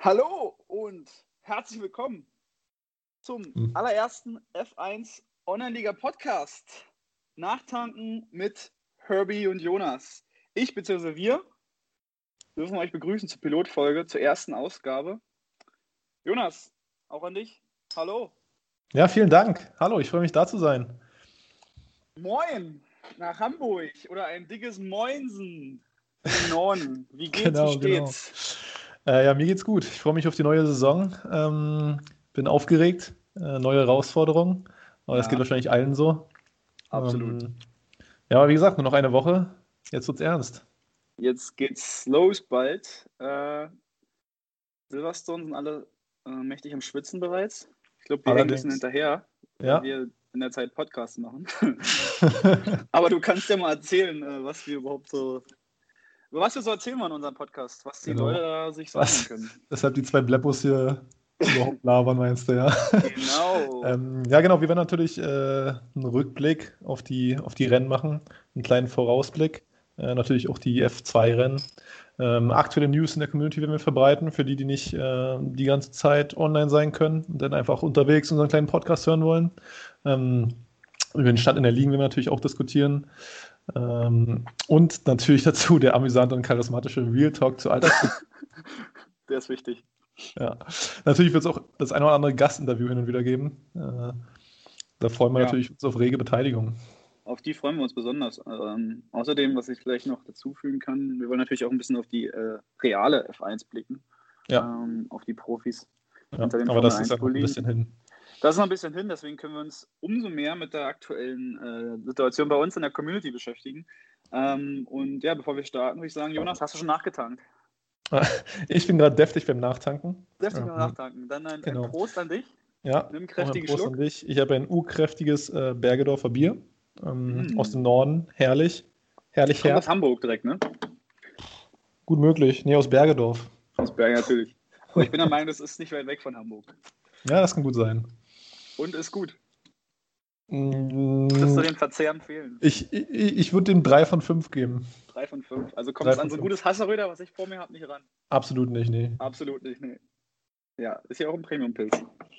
Hallo und herzlich willkommen zum allerersten F1 Online-Liga-Podcast. Nachtanken mit Herbie und Jonas. Ich bzw. wir dürfen euch begrüßen zur Pilotfolge, zur ersten Ausgabe. Jonas, auch an dich. Hallo. Ja, vielen Dank. Hallo, ich freue mich, da zu sein. Moin nach Hamburg oder ein dickes Moinsen im Norden. Wie geht's, Genau, wie steht's? Ja, mir geht's gut. Ich freue mich auf die neue Saison. Bin aufgeregt. Neue Herausforderungen. Aber das geht wahrscheinlich allen so. Absolut. Ja, aber wie gesagt, nur noch eine Woche. Jetzt wird's ernst. Jetzt geht's los bald. Silverstone sind alle mächtig am Schwitzen bereits. Ich glaube, wir hängen ein bisschen hinterher, weil wir in der Zeit Podcasts machen. Aber du kannst ja mal erzählen, was wir so erzählen in unserem Podcast, was die Leute da sich so anhören können. Deshalb die zwei Bleppos hier überhaupt labern, meinst du, ja? Genau. Ja, genau. Wir werden natürlich einen Rückblick auf die Rennen machen, einen kleinen Vorausblick. Natürlich auch die F2-Rennen. Aktuelle News in der Community werden wir verbreiten, für die nicht die ganze Zeit online sein können und dann einfach unterwegs unseren kleinen Podcast hören wollen. Über den Stand in der Liga werden wir natürlich auch diskutieren. Und natürlich dazu der amüsante und charismatische Real Talk zu Alltags. Der ist wichtig. Ja, natürlich wird es auch das eine oder andere Gastinterview hin und wieder geben. Da freuen wir natürlich uns auf rege Beteiligung. Auf die freuen wir uns besonders. Außerdem, was ich vielleicht noch dazu fügen kann, wir wollen natürlich auch ein bisschen auf die reale F1 blicken. Ja. Auf die Profis. Ja, aber das ist ja noch ein bisschen hin. Das ist noch ein bisschen hin, deswegen können wir uns umso mehr mit der aktuellen Situation bei uns in der Community beschäftigen. Und ja, bevor wir starten, würde ich sagen, Jonas, hast du schon nachgetankt? Ich bin gerade deftig beim Nachtanken. Deftig beim Nachtanken. Dann ein Prost an dich. Ja, nimm kräftigen Prost Schluck. An dich. Ich habe ein U-kräftiges Bergedorfer Bier aus dem Norden. Herrlich. Herrlich herb. Aus Hamburg direkt, ne? Gut möglich. Nee, aus Bergedorf. Aus Bergen natürlich. Aber ich bin der Meinung, das ist nicht weit weg von Hamburg. Ja, das kann gut sein. Und ist gut. Würdest du den Verzehr empfehlen? Ich würde dem 3 von 5 geben. 3 von 5. Also kommt es an so ein gutes Hasseröder, was ich vor mir habe, nicht ran? Absolut nicht, nee. Absolut nicht, nee. Ja, ist ja auch ein Premium-Pilz.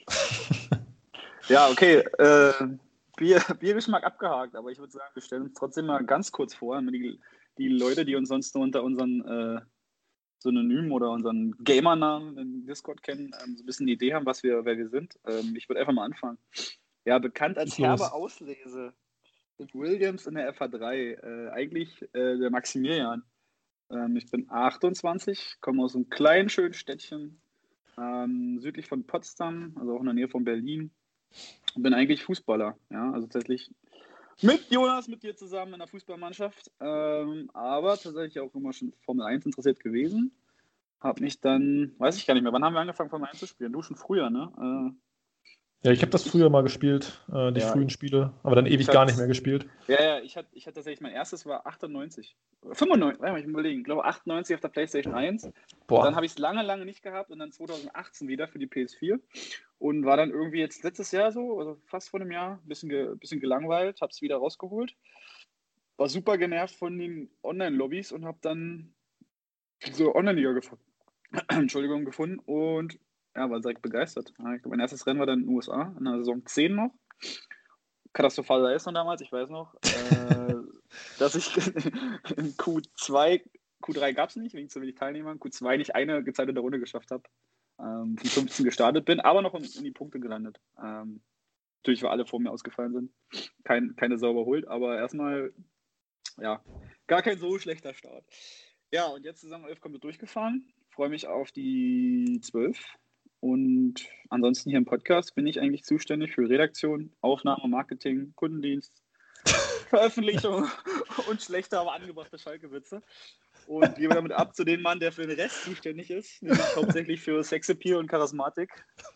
Ja, okay. Biergeschmack abgehakt, aber ich würde sagen, wir stellen uns trotzdem mal ganz kurz vor, die Leute, die uns sonst nur unter unseren Synonymen oder unseren Gamernamen im Discord kennen, so ein bisschen eine Idee haben, wer wir sind. Ich würde einfach mal anfangen. Ja, bekannt als herbe Auslese. Williams in der FH3. Eigentlich der Maximilian. Ich bin 28, komme aus einem kleinen, schönen Städtchen südlich von Potsdam, also auch in der Nähe von Berlin. Und bin eigentlich Fußballer. Ja, also tatsächlich mit Jonas, mit dir zusammen in der Fußballmannschaft. Aber tatsächlich auch immer schon Formel 1 interessiert gewesen. Hab mich dann, weiß ich gar nicht mehr, wann haben wir angefangen Formel 1 zu spielen? Du schon früher, ne? Ja, ich habe das früher mal gespielt, die frühen Spiele, aber dann ewig gar nicht mehr gespielt. Ja, ich hatte tatsächlich, mein erstes war 98. 95, ich überlegen, ich glaube 98 auf der PlayStation 1. Boah. Dann habe ich es lange nicht gehabt und dann 2018 wieder für die PS4 und war dann irgendwie jetzt letztes Jahr so, also fast vor einem Jahr, ein bisschen gelangweilt, habe es wieder rausgeholt. War super genervt von den Online-Lobbys und habe dann so Online-Liga gefunden und ja, war direkt begeistert. Ich glaube, mein erstes Rennen war dann in den USA, in der Saison 10 noch. Katastrophale Leistung damals, ich weiß noch, dass ich in Q3 gab es nicht, wegen zu wenig Teilnehmern, Q2 nicht eine gezeitete Runde geschafft habe, von 15 gestartet bin, aber noch in die Punkte gelandet. Natürlich, weil alle vor mir ausgefallen sind. Keine Sau überholt, aber erstmal, ja, gar kein so schlechter Start. Ja, und jetzt Saison 11 komplett durchgefahren. Freue mich auf die 12. Und ansonsten hier im Podcast bin ich eigentlich zuständig für Redaktion, Aufnahme, Marketing, Kundendienst, Veröffentlichung und schlechte, aber angebrachte Schalke-Witze. Und gebe damit ab zu dem Mann, der für den Rest zuständig ist, nämlich hauptsächlich für Sexappeal und Charismatik.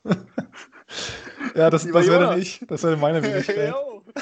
Ja, das wäre dann ich. Das wäre meine Wenigkeit.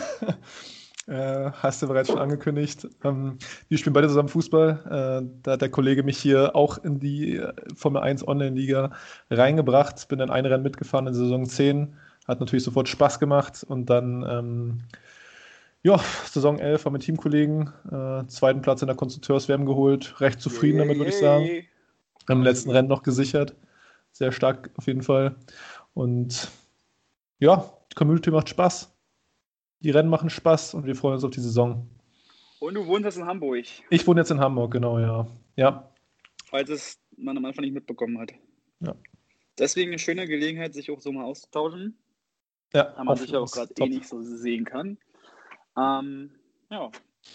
Hast du bereits schon angekündigt. Wir spielen beide zusammen Fußball. Da hat der Kollege mich hier auch in die Formel 1 Online-Liga reingebracht. Bin dann ein Rennen mitgefahren in Saison 10. Hat natürlich sofort Spaß gemacht. Und dann, Saison 11 war mit Teamkollegen. Zweiten Platz in der Konstrukteurs-WM geholt. Recht zufrieden damit, würde ich sagen. Im letzten Rennen noch gesichert. sehr stark auf jeden Fall. Und ja, die Community macht Spaß. Die Rennen machen Spaß und wir freuen uns auf die Saison. Und du wohnst jetzt in Hamburg. Ich wohne jetzt in Hamburg, genau, ja. Ja. Falls es man am Anfang nicht mitbekommen hat. Ja. Deswegen eine schöne Gelegenheit, sich auch so mal auszutauschen. Ja, da man sich ja auch gerade nicht so sehen kann. Ja.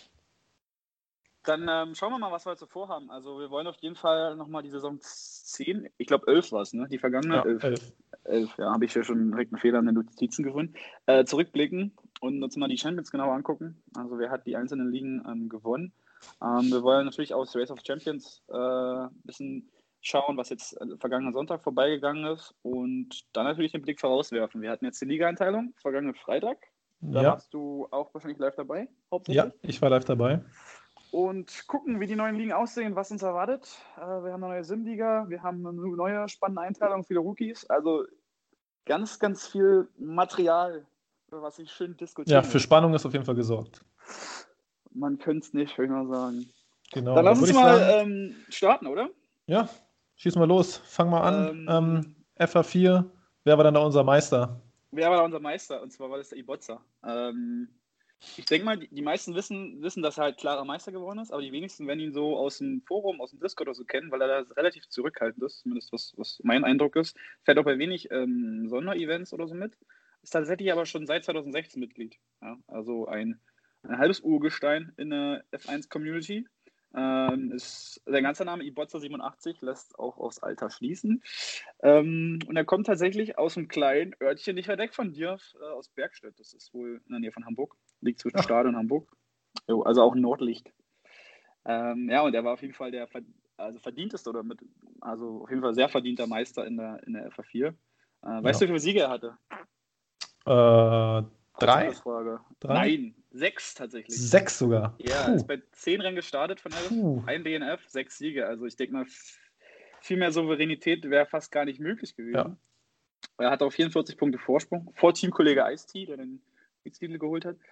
Dann schauen wir mal, was wir jetzt so vorhaben. Also wir wollen auf jeden Fall nochmal die Saison 10, ich glaube 11 war es, ne? Die vergangene? Ja, 11, ja, habe ich ja schon direkt einen Fehler in den Notizen gefunden. Zurückblicken und uns mal die Champions genauer angucken. Also wer hat die einzelnen Ligen gewonnen. Wir wollen natürlich aus Race of Champions ein bisschen schauen, was jetzt vergangenen Sonntag vorbeigegangen ist und dann natürlich den Blick vorauswerfen. Wir hatten jetzt die Liga-Einteilung vergangenen Freitag. Da warst du auch wahrscheinlich live dabei, hauptsächlich? Ja, ich war live dabei. Und gucken, wie die neuen Ligen aussehen, was uns erwartet. Wir haben eine neue Sim-Liga, wir haben eine neue spannende Einteilung, viele Rookies. Also ganz, ganz viel Material, was ich schön diskutieren Ja, für Spannung ist auf jeden Fall gesorgt. Man könnte es nicht, würde ich mal sagen. Genau. Dann lass uns mal starten, oder? Ja, schieß mal los. Fang mal an. FA4, wer war dann da unser Meister? Wer war da unser Meister? Und zwar war das der Ibozza. Ich denke mal, die meisten wissen, dass er halt klarer Meister geworden ist, aber die wenigsten werden ihn so aus dem Forum, aus dem Discord oder so kennen, weil er da relativ zurückhaltend ist, zumindest was mein Eindruck ist. Fährt auch bei wenig Sonderevents oder so mit. Ist tatsächlich aber schon seit 2016 Mitglied. Ja? Also ein halbes Urgestein in der F1-Community. Der ganze Name Ibozza87 lässt auch aufs Alter schließen. Und er kommt tatsächlich aus einem kleinen Örtchen nicht weit weg von dir, aus Bergstedt. Das ist wohl in der Nähe von Hamburg. Liegt zwischen Stade und Hamburg. Also auch ein Nordlicht. Und er war auf jeden Fall der verdienteste also auf jeden Fall sehr verdienter Meister in der FA4. Weißt du, wie viele Siege er hatte? 3? Frage. Nein, 6 tatsächlich. 6 sogar? Ja, er ist bei 10 Rennen gestartet von 11. Ein DNF, 6 Siege. Also ich denke mal, viel mehr Souveränität wäre fast gar nicht möglich gewesen. Ja. Er hat auch 44 Punkte Vorsprung vor Teamkollege Ice-T, der den Titel geholt hat.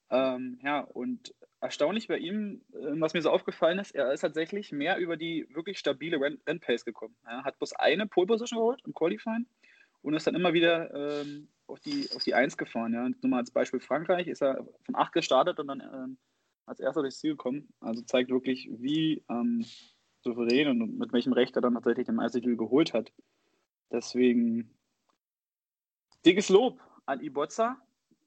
Und erstaunlich bei ihm, was mir so aufgefallen ist, er ist tatsächlich mehr über die wirklich stabile Rennpace gekommen. Er hat bloß eine Pole Position geholt im Qualifying und ist dann immer wieder auf die 1 gefahren. Ja. Nur mal als Beispiel Frankreich ist er von 8 gestartet und dann als erster durchs Ziel gekommen. Also zeigt wirklich, wie souverän und mit welchem Recht er dann tatsächlich den Meistertitel geholt hat. Deswegen dickes Lob an Ibozza.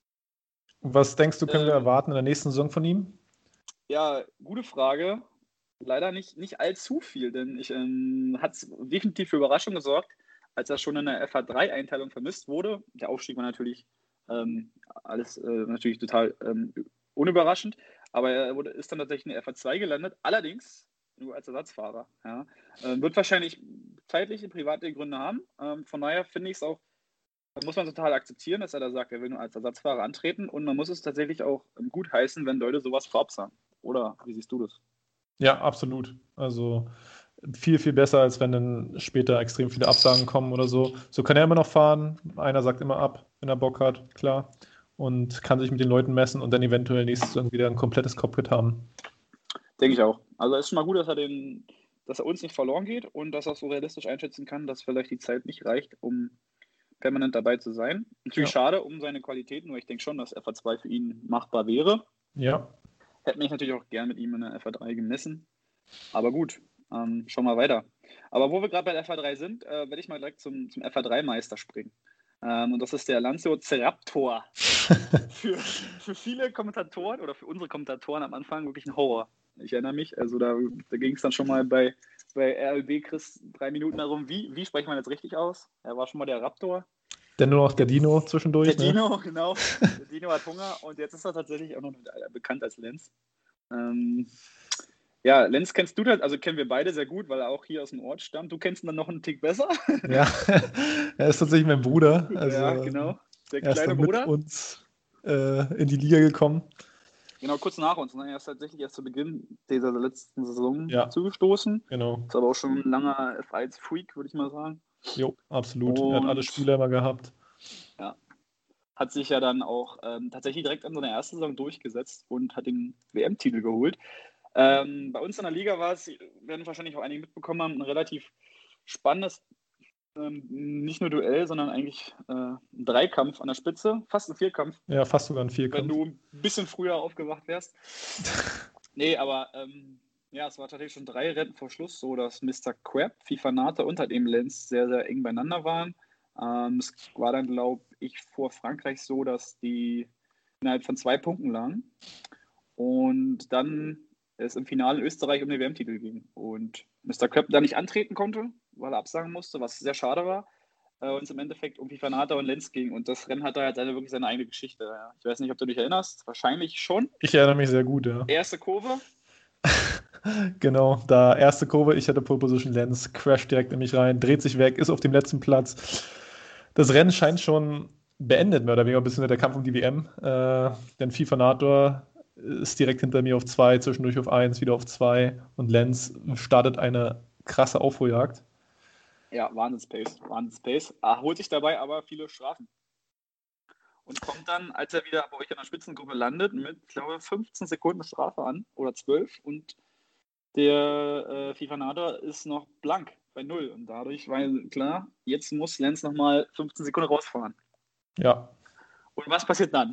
Was denkst du, können wir erwarten in der nächsten Saison von ihm? Ja, gute Frage. Leider nicht allzu viel, denn hat es definitiv für Überraschung gesorgt, als er schon in der FA3-Einteilung vermisst wurde. Der Aufstieg war natürlich alles natürlich total unüberraschend, aber er ist dann tatsächlich in der FA2 gelandet, allerdings nur als Ersatzfahrer. Ja. Wird wahrscheinlich zeitliche, private Gründe haben. Von daher finde ich es auch, muss man total akzeptieren, dass er da sagt, er will nur als Ersatzfahrer antreten und man muss es tatsächlich auch gut heißen, wenn Leute sowas vorab sagen. Oder wie siehst du das? Ja, absolut. Also viel, viel besser, als wenn dann später extrem viele Absagen kommen oder so. So kann er immer noch fahren. Einer sagt immer ab, wenn er Bock hat, klar. Und kann sich mit den Leuten messen und dann eventuell nächstes Jahr wieder ein komplettes Cockpit haben. Denke ich auch. Also es ist schon mal gut, dass er uns nicht verloren geht und dass er so realistisch einschätzen kann, dass vielleicht die Zeit nicht reicht, um permanent dabei zu sein. Natürlich schade um seine Qualitäten, weil ich denke schon, dass FA2 für ihn machbar wäre. Ja. Hätte mich natürlich auch gern mit ihm in der FA3 gemessen. Aber gut, schauen wir weiter. Aber wo wir gerade bei der FA3 sind, werde ich mal direkt zum FA3-Meister springen. Und das ist der Lanzarote-Raptor. für viele Kommentatoren oder für unsere Kommentatoren am Anfang wirklich ein Horror. Ich erinnere mich, also da ging es dann schon mal bei RLB Chris 3 Minuten darum, wie spricht man jetzt richtig aus? Er war schon mal der Raptor. Dann nur noch der Dino zwischendurch. Der Dino, genau. Der Dino hat Hunger und jetzt ist er tatsächlich auch noch bekannt als Lenz. Lenz kennst du das, also kennen wir beide sehr gut, weil er auch hier aus dem Ort stammt. Du kennst ihn dann noch einen Tick besser. Ja, er ist tatsächlich mein Bruder. Also, ja, genau. Der kleine er ist Bruder. Mit uns in die Liga gekommen. Genau, kurz nach uns. Ne? Er ist tatsächlich erst zu Beginn dieser letzten Saison zugestoßen. Genau. Ist aber auch schon ein langer F1-Freak, würde ich mal sagen. Jo, absolut. Er hat alle Spiele immer gehabt. Ja. Hat sich ja dann auch tatsächlich direkt an seiner ersten Saison durchgesetzt und hat den WM-Titel geholt. Bei uns in der Liga war es, werden wahrscheinlich auch einige mitbekommen haben, ein relativ spannendes Nicht nur Duell, sondern eigentlich ein Dreikampf an der Spitze, fast ein Vierkampf. Ja, fast sogar ein Vierkampf. Wenn du ein bisschen früher aufgewacht wärst. Nee, aber es war tatsächlich schon 3 Rennen vor Schluss so, dass Mr. Crab, Fifanata und halt eben Lenz sehr, sehr eng beieinander waren. Es war dann, glaube ich, vor Frankreich so, dass die innerhalb von 2 Punkten lagen. Und dann es im Finale in Österreich um den WM-Titel ging. Und Mr. Crab da nicht antreten konnte, weil er absagen musste, was sehr schade war. Und es im Endeffekt um Fifanata und Lenz ging. Und das Rennen hat da halt wirklich seine eigene Geschichte. Ja. Ich weiß nicht, ob du dich erinnerst. Wahrscheinlich schon. Ich erinnere mich sehr gut, ja. Erste Kurve. Genau, da erste Kurve, ich hatte Pole Position, Lenz crasht direkt in mich rein, dreht sich weg, ist auf dem letzten Platz. Das Rennen scheint schon beendet, mehr oder weniger, bis der Kampf um die WM. Denn Fifanator ist direkt hinter mir auf 2, zwischendurch auf 1, wieder auf 2 und Lenz startet eine krasse Aufholjagd. Ja, Wahnsinnspace. Holt sich dabei aber viele Strafen. Und kommt dann, als er wieder bei euch in der Spitzengruppe landet, mit, ich glaube, 15 Sekunden Strafe an oder 12 und der Fifanator ist noch blank bei 0 und dadurch war klar, jetzt muss Lenz nochmal 15 Sekunden rausfahren. Ja. Und was passiert dann?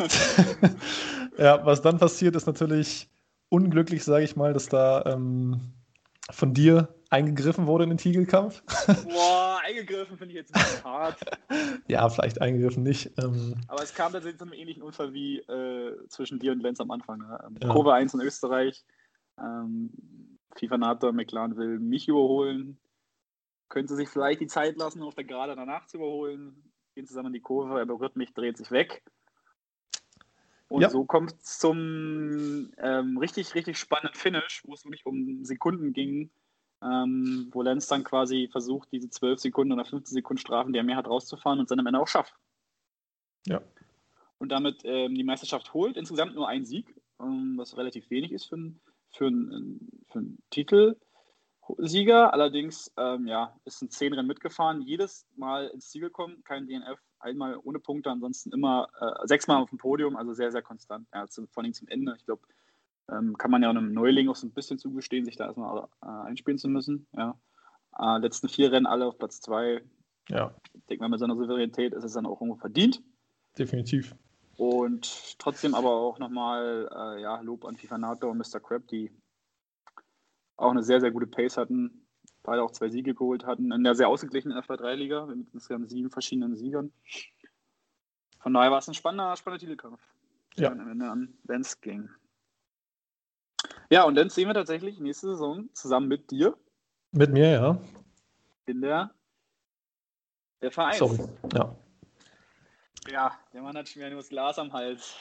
Ja, was dann passiert, ist natürlich unglücklich, sage ich mal, dass da von dir eingegriffen wurde in den Titelkampf. Boah, eingegriffen finde ich jetzt ein bisschen hart. Ja, vielleicht eingegriffen nicht. Aber es kam tatsächlich zu einem ähnlichen Unfall wie zwischen dir und Lenz am Anfang. Ne? Kurve 1 in Österreich. Fifanator, McLaren will mich überholen. Könnte sich vielleicht die Zeit lassen, auf der Gerade danach zu überholen. Gehen zusammen in die Kurve, er berührt mich, dreht sich weg. Und so kommt es zum richtig, richtig spannenden Finish, wo es wirklich um Sekunden ging, wo Lenz dann quasi versucht, diese 12 Sekunden oder 15 Sekunden Strafen, die er mehr hat, rauszufahren und es dann am Ende auch schafft. Ja. Und damit die Meisterschaft holt. Insgesamt nur ein Sieg, was relativ wenig ist für einen Titelsieger. Allerdings ist ein 10 Rennen mitgefahren, jedes Mal ins Ziel gekommen, kein DNF, einmal ohne Punkte, ansonsten immer 6-mal auf dem Podium, also sehr, sehr konstant. Ja, vor allem zum Ende. Ich glaube, kann man ja einem Neuling auch so ein bisschen zugestehen, sich da erstmal einspielen zu müssen. Ja. Letzten 4 Rennen alle auf Platz 2. Ja. Ich denke mal, mit seiner Souveränität ist es dann auch irgendwo verdient. Definitiv. Und trotzdem aber auch nochmal Lob an Fifanator und Mr. Crab, die auch eine sehr, sehr gute Pace hatten, beide auch 2 Siege geholt hatten, in der sehr ausgeglichenen F3-Liga mit insgesamt 7 verschiedenen Siegern. Von daher war es ein spannender Titelkampf, der am Ende an Lenz ging. Ja, und dann sehen wir tatsächlich nächste Saison zusammen mit dir. Mit mir, ja. In der F1. Sorry, ja. Ja, der Mann hat schon wieder nur das Glas am Hals.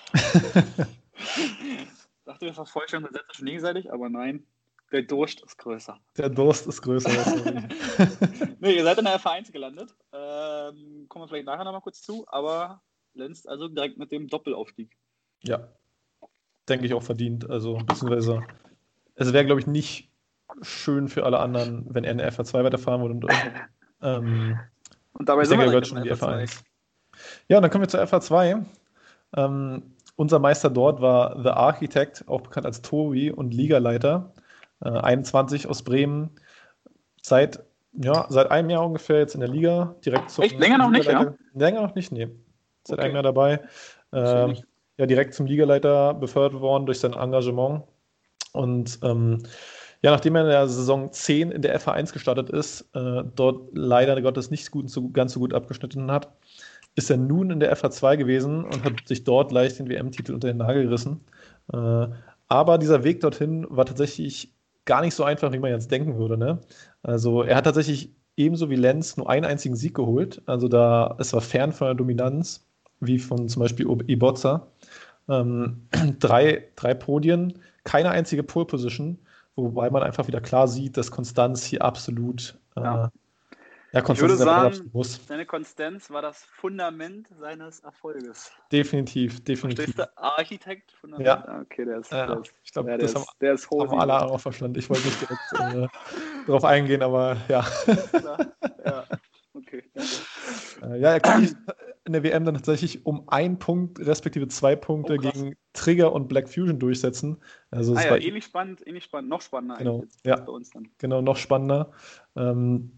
Dachte, wir vervollständigen das letzte schon gegenseitig, aber nein, der Durst ist größer. Der Durst ist größer. Nee, ihr seid in der F1 gelandet. Kommen wir vielleicht nachher nochmal kurz zu, aber Lenz also direkt mit dem Doppelaufstieg. Ja, denke ich auch verdient. Also, beziehungsweise, es wäre, glaube ich, nicht schön für alle anderen, wenn er in der FA2 weiterfahren würde. Und dabei sind wir schon in die F1. Ja, dann kommen wir zur FA2. Unser Meister dort war The Architect, auch bekannt als Tobi und Ligaleiter. 21 aus Bremen. Seit einem Jahr ungefähr jetzt in der Liga. Direkt zum Echt? Länger noch nicht, ja? Länger noch nicht, nee. Seit einem Jahr dabei. Direkt zum Ligaleiter befördert worden durch sein Engagement. Und nachdem er in der Saison 10 in der FA1 gestartet ist, dort leider Gottes nicht ganz so gut abgeschnitten hat, ist er nun in der FA2 gewesen und hat sich dort leicht den WM-Titel unter den Nagel gerissen. Aber dieser Weg dorthin war tatsächlich gar nicht so einfach, wie man jetzt denken würde. Ne? Also er hat tatsächlich ebenso wie Lenz nur einen einzigen Sieg geholt. Also es war fern von der Dominanz, wie von zum Beispiel Ibozza. 3 Podien, keine einzige Pole Position, wobei man einfach wieder klar sieht, dass Konstanz hier absolut Konstanz ich würde sagen, seine Konstanz war das Fundament seines Erfolges. Definitiv. Verstehst du? Architekt, Fundament? Ja. Okay, ich glaube, das haben alle auch verstanden. Ich wollte nicht direkt darauf eingehen, aber ja. Ja, okay. Er kann sich in der WM dann tatsächlich um 1 Punkt, respektive 2 Punkte gegen Trigger und Black Fusion durchsetzen. Also es war ähnlich spannend, noch spannender genau, eigentlich jetzt bei uns dann. Genau, noch spannender.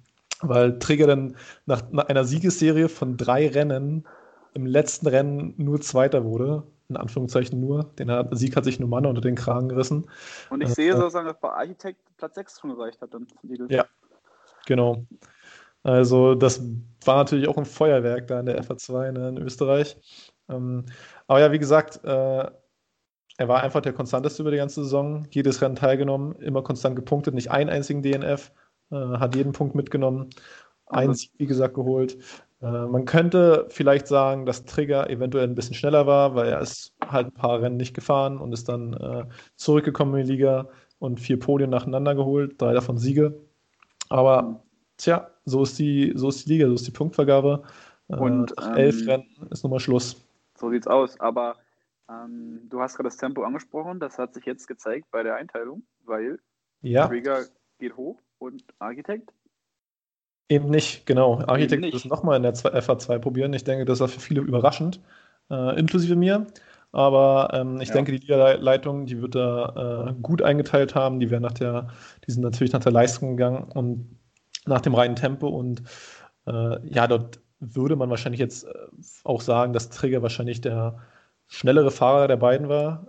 weil Trigger dann nach einer Siegesserie von 3 Rennen im letzten Rennen nur Zweiter wurde. In Anführungszeichen nur. Sieg hat sich nur Mann unter den Kragen gerissen. Und ich sehe sozusagen, dass bei Architekt Platz 6 schon gereicht hat dann zum Titel. Ja, genau. Also das war natürlich auch ein Feuerwerk da in der FA2 in Österreich. Aber ja, wie gesagt, er war einfach der konstanteste über die ganze Saison. Jedes Rennen teilgenommen, immer konstant gepunktet, nicht einen einzigen DNF, hat jeden Punkt mitgenommen, einen Sieg, wie gesagt, geholt. Man könnte vielleicht sagen, dass Trigger eventuell ein bisschen schneller war, weil er ist halt ein paar Rennen nicht gefahren und ist dann zurückgekommen in die Liga und 4 Podien nacheinander geholt, 3 davon Siege. Aber tja, so ist die Liga, so ist die Punktvergabe. Und nach 11 Rennen ist nun mal Schluss. So sieht's aus. Aber du hast gerade das Tempo angesprochen. Das hat sich jetzt gezeigt bei der Einteilung, weil Trigger geht hoch und Architekt eben nicht, genau. Architekt wird es nochmal in der FA2 probieren. Ich denke, das war für viele überraschend, inklusive mir. Aber ich denke, die Liga-Leitung, die wird da gut eingeteilt haben. Die sind natürlich nach der Leistung gegangen und nach dem reinen Tempo. Und dort würde man wahrscheinlich jetzt auch sagen, dass Trigger wahrscheinlich der schnellere Fahrer der beiden war.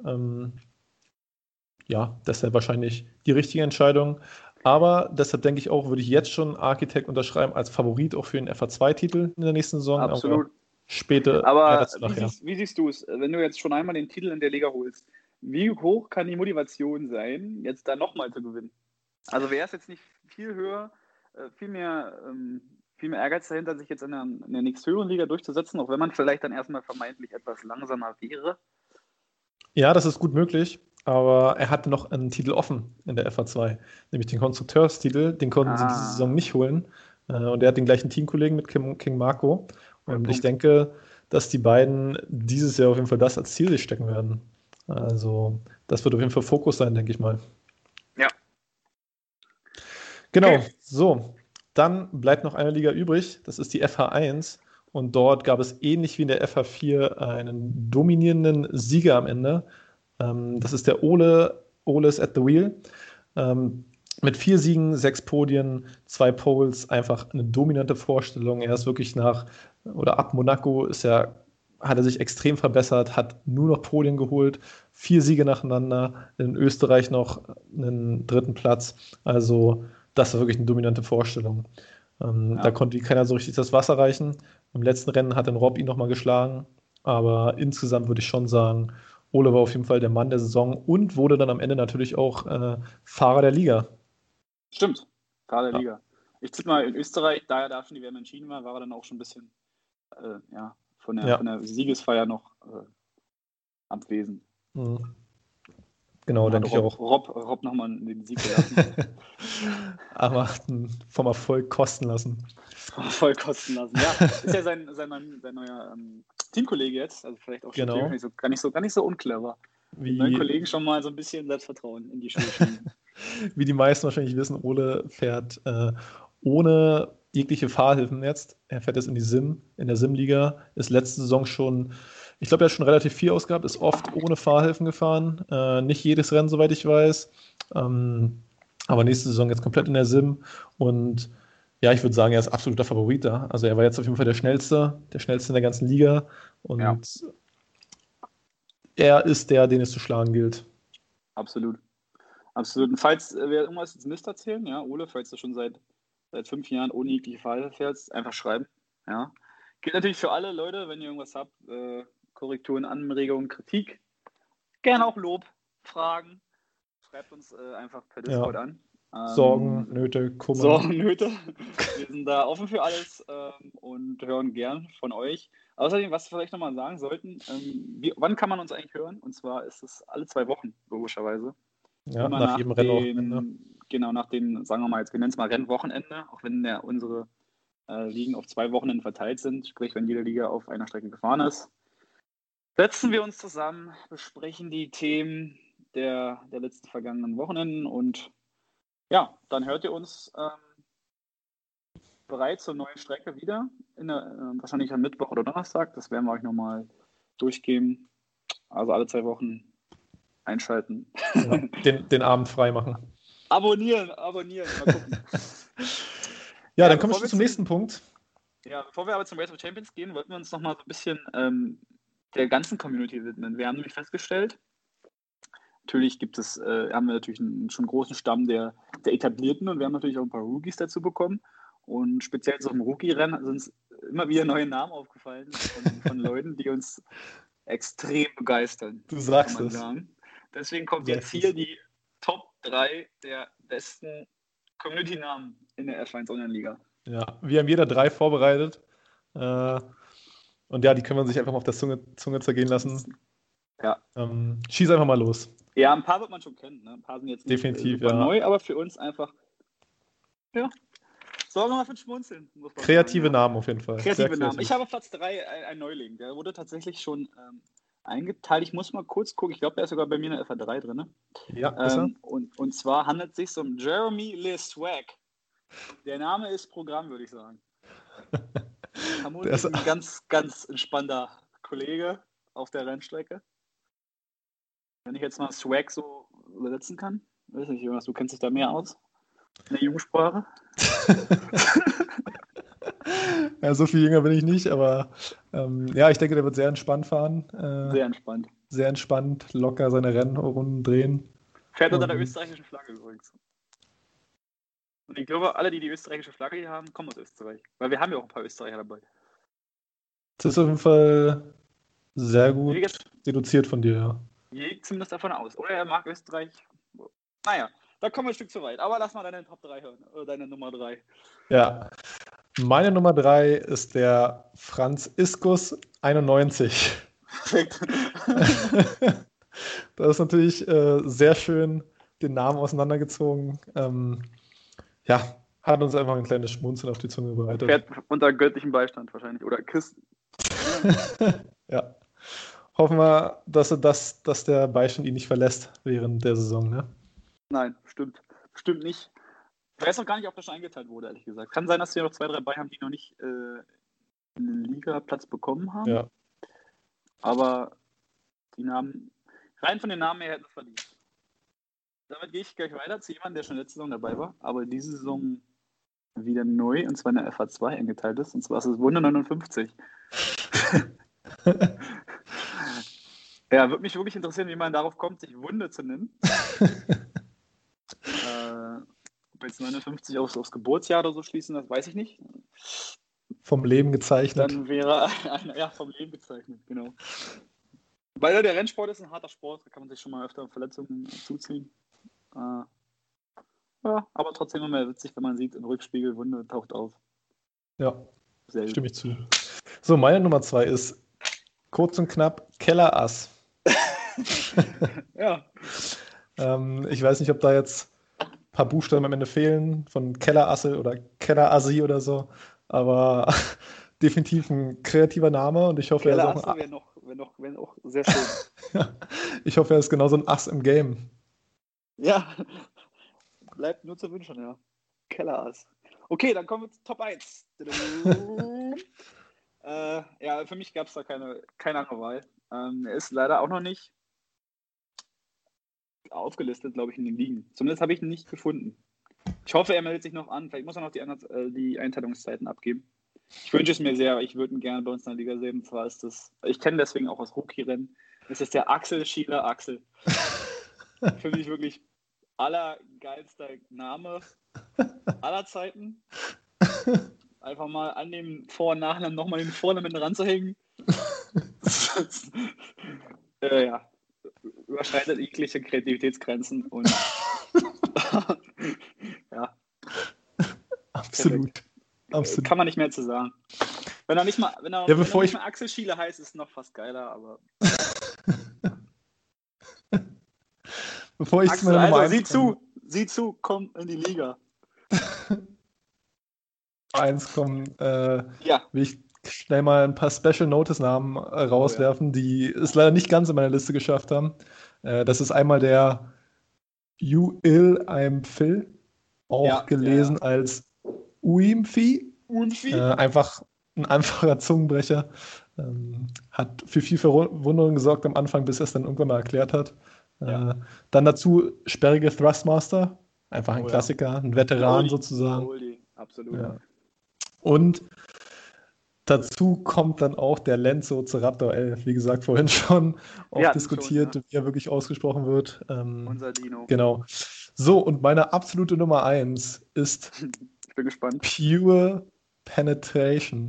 Deshalb wahrscheinlich die richtige Entscheidung. Aber deshalb denke ich auch, würde ich jetzt schon Architekt unterschreiben als Favorit auch für den FA2-Titel in der nächsten Saison. Absolut. Aber wie siehst du es, wenn du jetzt schon einmal den Titel in der Liga holst? Wie hoch kann die Motivation sein, jetzt da nochmal zu gewinnen? Also wäre es jetzt nicht viel höher, viel mehr Ehrgeiz dahinter, sich jetzt in der nächsthöheren Liga durchzusetzen, auch wenn man vielleicht dann erstmal vermeintlich etwas langsamer wäre? Ja, das ist gut möglich. Aber er hatte noch einen Titel offen in der FA2, nämlich den Konstrukteurstitel. Den konnten sie diese Saison nicht holen. Und er hat den gleichen Teamkollegen mit King Marco. Und ich denke, dass die beiden dieses Jahr auf jeden Fall das als Ziel sich stecken werden. Also das wird auf jeden Fall Fokus sein, denke ich mal. Ja. Genau, okay. So. Dann bleibt noch eine Liga übrig. Das ist die FH1. Und dort gab es ähnlich wie in der FH4 einen dominierenden Sieger am Ende. Das ist der Ole is at the wheel. Mit 4 Siegen, 6 Podien, 2 Poles, einfach eine dominante Vorstellung. Er ist wirklich ab Monaco hat er sich extrem verbessert, hat nur noch Podien geholt, 4 Siege nacheinander, in Österreich noch einen 3. Platz. Also das war wirklich eine dominante Vorstellung. Da konnte keiner so richtig das Wasser reichen. Im letzten Rennen hat dann Rob ihn nochmal geschlagen. Aber insgesamt würde ich schon sagen, Ole war auf jeden Fall der Mann der Saison und wurde dann am Ende natürlich auch Fahrer der Liga. Stimmt, Fahrer der Liga. Ich tippe mal, in Österreich, da er da schon die WM entschieden war er dann auch schon ein bisschen von der Siegesfeier noch abwesend. Mhm. Genau, denke ich auch. Rob nochmal den Sieg gelassen. Aber vom Erfolg kosten lassen. Voll kosten lassen, ja. Ist ja sein neuer Teamkollege jetzt, also vielleicht auch schon gar nicht so unclever. Den neuen Kollegen schon mal so ein bisschen Selbstvertrauen in die Schuhe schieben. Wie die meisten wahrscheinlich wissen, Ole fährt ohne jegliche Fahrhilfen jetzt. Er fährt jetzt in der Sim-Liga, ist letzte Saison schon, ich glaube, er hat schon relativ viel ausgehabt, ist oft ohne Fahrhilfen gefahren. Nicht jedes Rennen, soweit ich weiß. Aber nächste Saison jetzt komplett in der Sim und ja, ich würde sagen, er ist absoluter Favorit da. Also er war jetzt auf jeden Fall der schnellste in der ganzen Liga und er ist der, den es zu schlagen gilt. Absolut. Absolut. Und falls wir irgendwas ins Mist erzählen, ja, Ole, falls du schon seit 5 Jahren ohne jegliche Fahrhilfe fährst, einfach schreiben. Ja. Gilt natürlich für alle Leute, wenn ihr irgendwas habt, Korrekturen, Anregungen, Kritik, gerne auch Lob, Fragen, schreibt uns einfach per Discord an. Sorgen, Nöte, Kummer. Sorgen, Nöte. Wir sind da offen für alles und hören gern von euch. Außerdem, was wir vielleicht nochmal sagen sollten, wann kann man uns eigentlich hören? Und zwar ist es alle 2 Wochen, logischerweise. Ja, nach jedem Rennwochenende. Genau, nach dem, sagen wir mal jetzt, wir nennen es mal Rennwochenende, auch wenn unsere Ligen auf 2 Wochenenden verteilt sind, sprich, wenn jede Liga auf einer Strecke gefahren ist. Setzen wir uns zusammen, besprechen die Themen der letzten vergangenen Wochenenden und ja, dann hört ihr uns bereits zur neuen Strecke wieder, wahrscheinlich am Mittwoch oder Donnerstag. Das werden wir euch nochmal durchgeben. Also alle 2 Wochen einschalten. Ja, den Abend frei machen. Abonnieren. Mal gucken. Ja, dann kommen wir schon zum nächsten Punkt. Ja, bevor wir aber zum Race of Champions gehen, wollten wir uns nochmal so ein bisschen der ganzen Community widmen. Wir haben nämlich festgestellt, natürlich haben wir natürlich schon einen großen Stamm der Etablierten und wir haben natürlich auch ein paar Rookies dazu bekommen. Und speziell so im Rookie-Rennen sind uns immer wieder neue Namen aufgefallen von Leuten, die uns extrem begeistern. Du sagst es. Deswegen kommt jetzt hier die Top 3 der besten Community-Namen in der F1 Online-Liga. Ja, wir haben jeder 3 vorbereitet. Und ja, die können wir sich einfach mal auf der Zunge zergehen lassen. Ja. Schieß einfach mal los. Ja, ein paar wird man schon kennen. Ne? Ein paar sind jetzt nicht definitiv super neu, aber für uns einfach, ja, sorgen wir mal für ein Schmunzeln. Kreative Namen auf jeden Fall. Kreative Namen. Ich habe auf Platz 3 ein Neuling. Der wurde tatsächlich schon eingeteilt. Ich muss mal kurz gucken. Ich glaube, der ist sogar bei mir in der FA3 drin. Ne? Ja, und zwar handelt es sich um Jeremy Le Swag. Der Name ist Programm, würde ich sagen. Vermutlich ein ganz, ganz entspannter Kollege auf der Rennstrecke. Wenn ich jetzt mal Swag so übersetzen kann. Weiß nicht, Jonas, du kennst dich da mehr aus? In der Jugendsprache? Ja, so viel jünger bin ich nicht, aber ja, ich denke, der wird sehr entspannt fahren. Sehr entspannt. Sehr entspannt, locker seine Rennrunden drehen. Fährt unter der österreichischen Flagge übrigens. Und ich glaube, alle, die österreichische Flagge hier haben, kommen aus Österreich. Weil wir haben ja auch ein paar Österreicher dabei. Das ist auf jeden Fall sehr gut deduziert von dir, ja. Geht zumindest davon aus. Oder er mag Österreich. Naja, da kommen wir ein Stück zu weit. Aber lass mal deine Top 3 hören. Oder deine Nummer 3. Ja. Meine Nummer 3 ist der Franz Iskus 91. Perfekt. Das ist natürlich sehr schön den Namen auseinandergezogen. Ja, hat uns einfach ein kleines Schmunzeln auf die Zunge bereitet. Fährt unter göttlichem Beistand wahrscheinlich. Oder Kisten. Ja. Hoffen wir, dass der Beistand ihn nicht verlässt während der Saison, ne? Nein, stimmt. Bestimmt nicht. Ich weiß noch gar nicht, ob das schon eingeteilt wurde, ehrlich gesagt. Kann sein, dass wir noch 2, 3 bei haben, die noch nicht einen Liga-Platz bekommen haben. Ja. Aber die Namen, rein von den Namen her, hätten es verdient. Damit gehe ich gleich weiter zu jemandem, der schon letzte Saison dabei war, aber diese Saison wieder neu, und zwar in der FA2 eingeteilt ist. Und zwar ist es Wunder 59. Ja, würde mich wirklich interessieren, wie man darauf kommt, sich Wunde zu nennen. Ob jetzt 59 aufs Geburtsjahr oder so schließen, das weiß ich nicht. Vom Leben gezeichnet. Dann wäre vom Leben gezeichnet, genau. Weil der Rennsport ist ein harter Sport, da kann man sich schon mal öfter Verletzungen zuziehen. Ja, aber trotzdem immer witzig, wenn man sieht, im Rückspiegel Wunde taucht auf. Ja, stimme ich zu. So, meine Nummer 2 ist kurz und knapp Kellerass. Ja. Ich weiß nicht, ob da jetzt ein paar Buchstaben am Ende fehlen von Kellerasse oder Kellerassi oder so, aber definitiv ein kreativer Name und ich hoffe, er ist auch ein wäre noch sehr schön. Ich hoffe, er ist genauso ein Ass im Game. Ja, bleibt nur zu wünschen, ja. Kellerass. Okay, dann kommen wir zu Top 1. Ja, für mich gab es da keine andere Wahl. Er ist leider auch noch nicht aufgelistet, glaube ich, in den Ligen. Zumindest habe ich ihn nicht gefunden. Ich hoffe, er meldet sich noch an. Vielleicht muss er noch die Einteilungszeiten abgeben. Ich wünsche es mir sehr, ich würde ihn gerne bei uns in der Liga sehen. Und zwar ist das, ich kenne deswegen auch aus Rookie-Rennen, das ist der Axel Schieler Axel. Für mich wirklich allergeilster Name aller Zeiten. Einfach mal an dem Vor- und Nachnamen nochmal den Vornamen ranzuhängen. Ja, überschreitet jegliche Kreativitätsgrenzen und ja. Absolut. Absolut. Kann man nicht mehr zu sagen. Wenn er nicht mal Axel Schieler heißt, ist es noch fast geiler, aber. Bevor ich Axel, sieh zu, komm in die Liga. 1 kommen, will ich schnell mal ein paar Special Notice Namen rauswerfen, die es leider nicht ganz in meiner Liste geschafft haben. Das ist einmal der You-Il I'm Phil, auch gelesen als Uimfi. Einfach ein einfacher Zungenbrecher. Hat für viel Verwunderung gesorgt am Anfang, bis er es dann irgendwann mal erklärt hat. Dann dazu sperrige Thrustmaster. Einfach ein Klassiker, ein Veteran sozusagen. Absolut. Ja. Und dazu kommt dann auch der Lenzo Cerrato 11. Wie gesagt, vorhin schon auch diskutiert, wie er wirklich ausgesprochen wird. Unser Dino. Genau. So, und meine absolute Nummer 1 ist ich bin gespannt. Pure Penetration.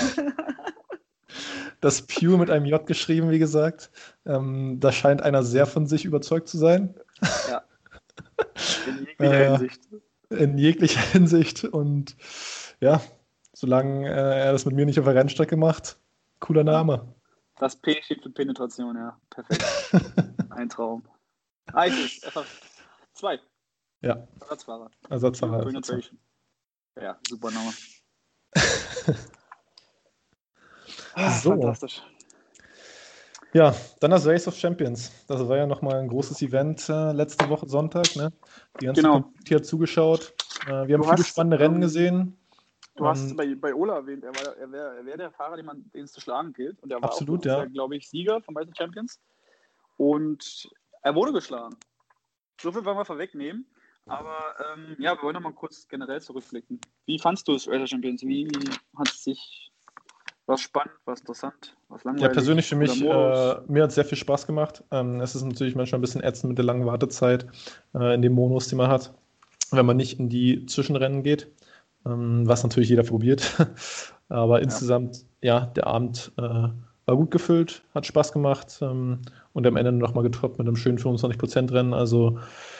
Das Pure mit einem J geschrieben, wie gesagt. Da scheint einer sehr von sich überzeugt zu sein. Ja. In jeglicher Hinsicht. In jeglicher Hinsicht. Und ja, solange er das mit mir nicht auf der Rennstrecke macht, cooler Name. Das P steht für Penetration, ja. Perfekt. Ein Traum. Eigentlich, FF2. Ja. Ersatzfahrer. Penetration. Ja, super Name. So. Fantastisch. Ja, dann das Race of Champions. Das war ja nochmal ein großes Event letzte Woche Sonntag. Ne? Die ganze Community hat zugeschaut. Wir haben viele spannende Rennen gesehen. Du hast bei Ola erwähnt, er wäre der Fahrer, den es zu schlagen gilt. Und er war absolut, auch, glaube ich, Sieger vom Race of Champions. Und er wurde geschlagen. So viel wollen wir vorwegnehmen. Aber wir wollen noch mal kurz generell zurückblicken. Wie fandst du das Race of Champions? Wie hat es sich... Was spannend, was interessant, was langweilig? Ja, persönlich für mich, mir hat es sehr viel Spaß gemacht. Es ist natürlich manchmal ein bisschen ätzend mit der langen Wartezeit in den Monos, die man hat, wenn man nicht in die Zwischenrennen geht, was natürlich jeder probiert. Aber insgesamt, der Abend war gut gefüllt, hat Spaß gemacht und am Ende nochmal getoppt mit einem schönen 25%-Rennen. Also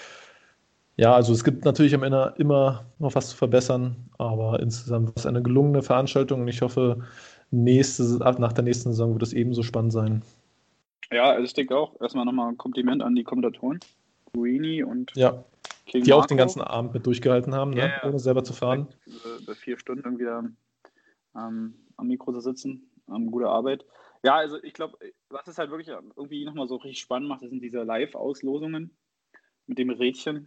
es gibt natürlich am Ende immer noch was zu verbessern, aber insgesamt war es eine gelungene Veranstaltung und ich hoffe, nach der nächsten Saison wird es ebenso spannend sein. Ja, also ich denke auch. Erstmal nochmal ein Kompliment an die Kommentatoren. Guini und King die Marco. Auch den ganzen Abend mit durchgehalten haben, ohne selber zu fahren. Bei 4 Stunden irgendwie da am Mikro zu sitzen. Gute Arbeit. Ja, also ich glaube, was es halt wirklich irgendwie nochmal so richtig spannend macht, das sind diese Live-Auslosungen mit dem Rädchen.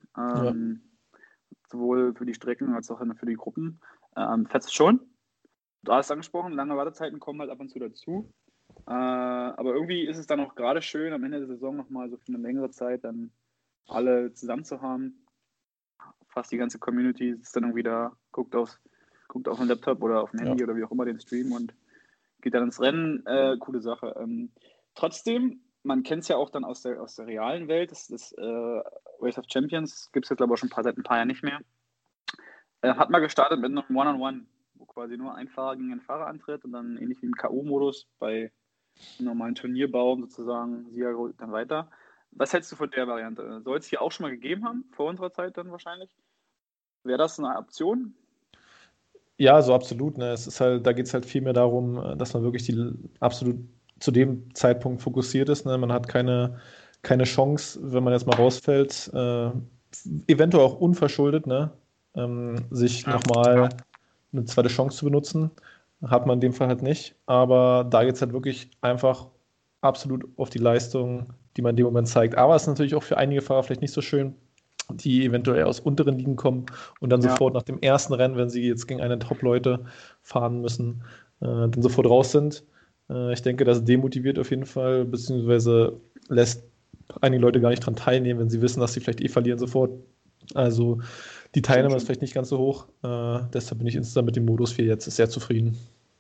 Sowohl für die Strecken als auch für die Gruppen. Fetzt schon. Du hast es angesprochen, lange Wartezeiten kommen halt ab und zu dazu. Aber irgendwie ist es dann auch gerade schön, am Ende der Saison nochmal so für eine längere Zeit dann alle zusammen zu haben. Fast die ganze Community ist dann irgendwie da, guckt auf den Laptop oder auf dem Handy oder wie auch immer den Stream und geht dann ins Rennen. Coole Sache. Trotzdem, man kennt es ja auch dann aus der realen Welt. Das Race of Champions gibt es jetzt, glaube ich, auch schon seit ein paar Jahren nicht mehr. Hat mal gestartet mit einem One-on-One, wo quasi nur ein Fahrer gegen einen Fahrer antritt und dann ähnlich wie im K.O.-Modus bei einem normalen Turnierbaum sozusagen, Sieger holt dann weiter. Was hältst du von der Variante? Soll es hier auch schon mal gegeben haben, vor unserer Zeit dann wahrscheinlich? Wäre das eine Option? Ja, so absolut. Ne? Da geht es halt viel mehr darum, dass man wirklich absolut zu dem Zeitpunkt fokussiert ist. Ne? Man hat keine Chance, wenn man jetzt mal rausfällt, eventuell auch unverschuldet, ne? Sich nochmal eine zweite Chance zu benutzen. Hat man in dem Fall halt nicht. Aber da geht es halt wirklich einfach absolut auf die Leistung, die man in dem Moment zeigt. Aber es ist natürlich auch für einige Fahrer vielleicht nicht so schön, die eventuell aus unteren Ligen kommen und dann sofort nach dem ersten Rennen, wenn sie jetzt gegen eine Top-Leute fahren müssen, dann sofort raus sind. Ich denke, das demotiviert auf jeden Fall, beziehungsweise lässt einige Leute gar nicht dran teilnehmen, wenn sie wissen, dass sie vielleicht verlieren sofort. Also die Teilnahme ist vielleicht nicht ganz so hoch. Deshalb bin ich insgesamt mit dem Modus 4 jetzt sehr zufrieden.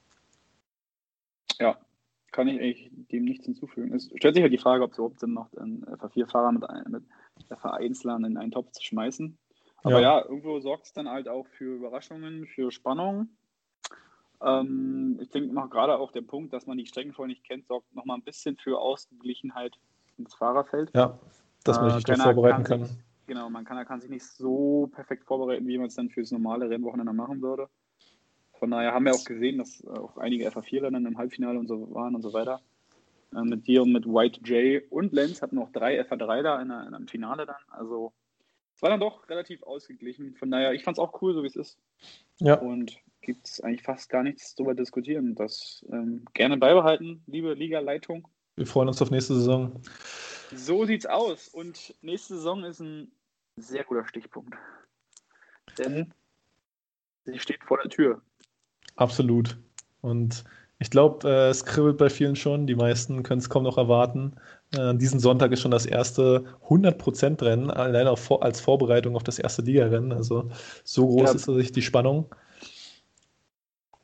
Ja, kann ich eigentlich dem nichts hinzufügen. Es stellt sich halt die Frage, ob es überhaupt Sinn macht, einen FA4-Fahrer mit FA1-Lern in einen Topf zu schmeißen. Aber irgendwo sorgt es dann halt auch für Überraschungen, für Spannung. Ich denke noch gerade auch der Punkt, dass man die Strecken vorher nicht kennt, sorgt nochmal ein bisschen für Ausgeglichenheit ins Fahrerfeld. Ja, dass man sich darauf vorbereiten kann. Genau, man kann sich nicht so perfekt vorbereiten, wie man es dann für das normale Rennwochenende machen würde. Von daher haben wir auch gesehen, dass auch einige FA4-Ler dann im Halbfinale und so waren und so weiter. Mit dir und mit White J und Lenz hatten noch 3 FA3-Ler in einem Finale dann. Also es war dann doch relativ ausgeglichen. Von daher, ich fand es auch cool, so wie es ist. Ja. Und gibt es eigentlich fast gar nichts drüber diskutieren. Das gerne beibehalten, liebe Liga-Leitung. Wir freuen uns auf nächste Saison. So sieht's aus. Und nächste Saison ist ein sehr guter Stichpunkt. Denn sie steht vor der Tür. Absolut. Und ich glaube, es kribbelt bei vielen schon. Die meisten können es kaum noch erwarten. Diesen Sonntag ist schon das erste 100%-Rennen, allein als Vorbereitung auf das erste Ligarennen. Also so groß ist die Spannung.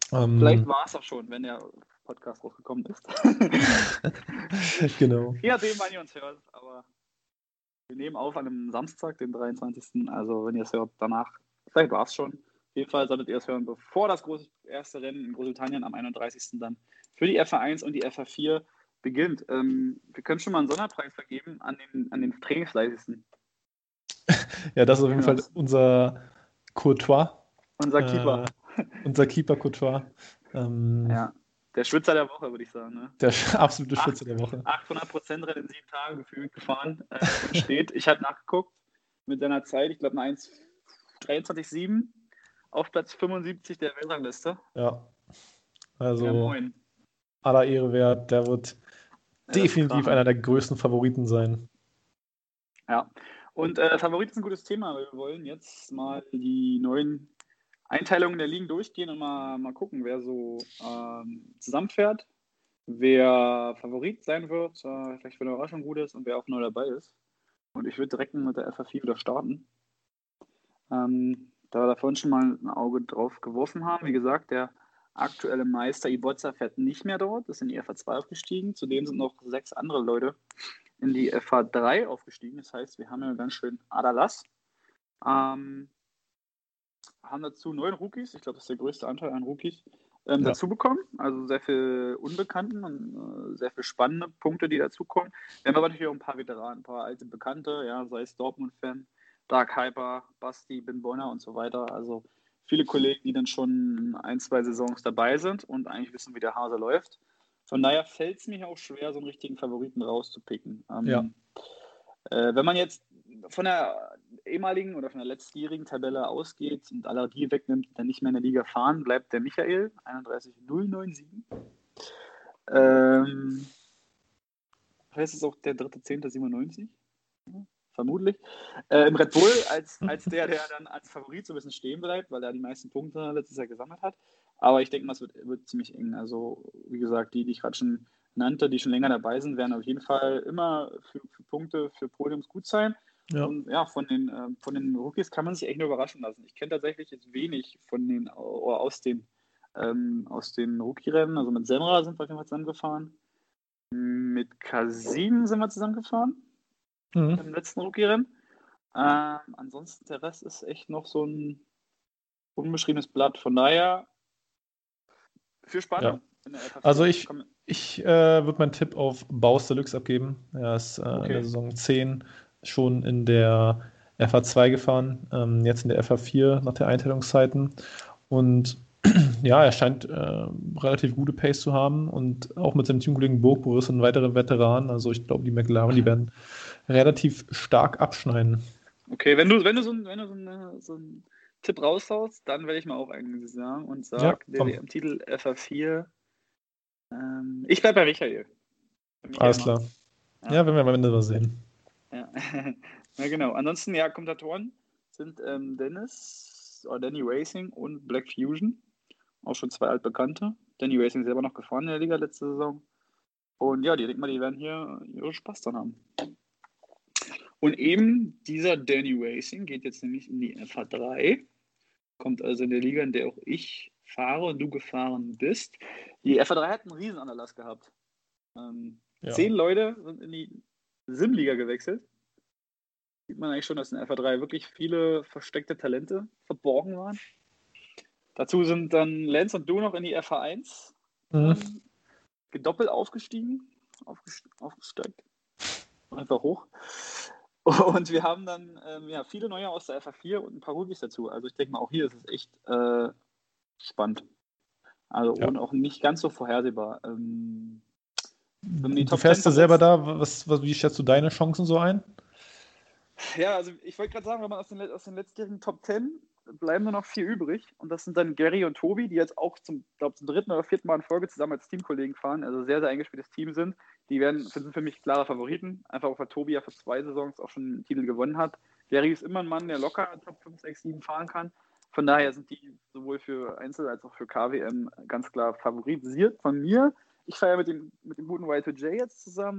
Vielleicht war es auch schon, wenn der Podcast rausgekommen ist. Genau. Je nachdem, wann ihr uns hört, aber wir nehmen auf an einem Samstag, den 23. Also wenn ihr es hört, danach, vielleicht war es schon. Auf jeden Fall solltet ihr es hören, bevor das erste Rennen in Großbritannien am 31. dann für die FA1 und die FA4 beginnt. Wir können schon mal einen Sonderpreis vergeben an den Trainingsfleißigsten. Ja, das ist auf jeden Fall unser Courtois. Unser Keeper. Unser Keeper Courtois. Ja, der Schwitzer der Woche, würde ich sagen. Ne? Der absolute Schwitzer der Woche. 800% Rennen in 7 Tagen gefühlt gefahren. Steht. Ich habe nachgeguckt mit seiner Zeit, ich glaube eine 1:23,7 auf Platz 75 der Weltrangliste. Ja, also aller Ehre wert, der wird definitiv einer der größten Favoriten sein. Ja, und Favorit ist ein gutes Thema, weil wir wollen jetzt mal die neuen Einteilungen der Ligen durchgehen und mal gucken, wer so zusammenfährt, wer Favorit sein wird, vielleicht für eine Überraschung gut ist und wer auch neu dabei ist. Und ich würde direkt mit der FA4 wieder starten. Da wir da vorhin schon mal ein Auge drauf geworfen haben, wie gesagt, der aktuelle Meister Ibozza fährt nicht mehr dort, ist in die FA2 aufgestiegen. Zudem sind noch 6 andere Leute in die FA3 aufgestiegen. Das heißt, wir haben ja ganz schön Adalas. Haben dazu 9 Rookies, ich glaube, das ist der größte Anteil an Rookies, dazu bekommen. Also sehr viel Unbekannten und sehr viel spannende Punkte, die dazukommen. Wir haben aber natürlich auch ein paar Veteranen, ein paar alte Bekannte, ja, sei es Dortmund-Fan, Dark Hyper, Basti, Ben Bonner und so weiter. Also viele Kollegen, die dann schon 1-2 Saisons dabei sind und eigentlich wissen, wie der Hase läuft. Von daher fällt es mir auch schwer, so einen richtigen Favoriten rauszupicken. Wenn man jetzt von der ehemaligen oder von der letztjährigen Tabelle ausgeht und alle die wegnimmt, die dann nicht mehr in der Liga fahren, bleibt der Michael, 31,097. Heißt es auch der 3.10.97? Vermutlich. Im Red Bull als der dann als Favorit so ein bisschen stehen bleibt, weil er die meisten Punkte letztes Jahr gesammelt hat. Aber ich denke mal, es wird ziemlich eng. Also, wie gesagt, die ich gerade schon nannte, die schon länger dabei sind, werden auf jeden Fall immer für Punkte, für Podiums gut sein. Ja. Und ja, von den Rookies kann man sich echt nur überraschen lassen. Ich kenne tatsächlich jetzt wenig aus den Rookie-Rennen. Also mit Semra sind wir auf jeden Fall zusammengefahren. Mit Kasim sind wir zusammengefahren. Im letzten Rookie-Rennen. Ansonsten, der Rest ist echt noch so ein unbeschriebenes Blatt. Von daher für Spannung. Ja. Also ich würde meinen Tipp auf Baus Deluxe abgeben. Er ist in der Saison 10 schon in der FA2 gefahren, jetzt in der FA4 nach der Einteilungszeiten. Und ja, er scheint relativ gute Pace zu haben und auch mit seinem Teamkollegen Burgbo sind weitere Veteranen. Also ich glaube, die McLaren, die werden relativ stark abschneiden. Okay, wenn du so einen Tipp raushaust, dann werde ich mal auch eigentlich sagen und sage, der WM-Titel FA4. Ich bleibe bei Michael. Alles klar. Ja, werden wir am Ende mal sehen. Ja. Ja, genau. Ansonsten, ja, Kommentatoren sind Danny Racing und Black Fusion. Auch schon 2 altbekannte. Danny Racing selber noch gefahren in der Liga letzte Saison. Und ja, die denke mal, die werden hier ihre Spaß dran haben. Und eben dieser Danny Racing geht jetzt nämlich in die FA3. Kommt also in der Liga, in der auch ich fahre und du gefahren bist. Die FA3 hat einen Riesenanlass gehabt. 10 Leute sind in die Sim-Liga gewechselt. Sieht man eigentlich schon, dass in der FA3 wirklich viele versteckte Talente verborgen waren. Dazu sind dann Lenz und du noch in die FA1 gedoppelt aufgesteigt. Einfach hoch. Und wir haben dann viele neue aus der FA4 und ein paar Rookies dazu. Also ich denke mal, auch hier ist es echt spannend. Also und auch nicht ganz so vorhersehbar. Du fährst ja selber da. Wie schätzt du deine Chancen so ein? Ja, also ich wollte gerade sagen, wenn man aus den letztjährigen Top 10 bleiben nur noch 4 übrig. Und das sind dann Gary und Tobi, die jetzt auch zum 3. oder 4. Mal in Folge zusammen als Teamkollegen fahren. Also sehr, sehr eingespieltes Team sind. Die sind für mich klare Favoriten. Einfach auch, weil Tobi ja für 2 Saisons auch schon einen Titel gewonnen hat. Gary ist immer ein Mann, der locker Top 5, 6, 7 fahren kann. Von daher sind die sowohl für Einzel- als auch für KWM ganz klar favorisiert von mir. Ich fahre ja mit dem guten Y2J jetzt zusammen.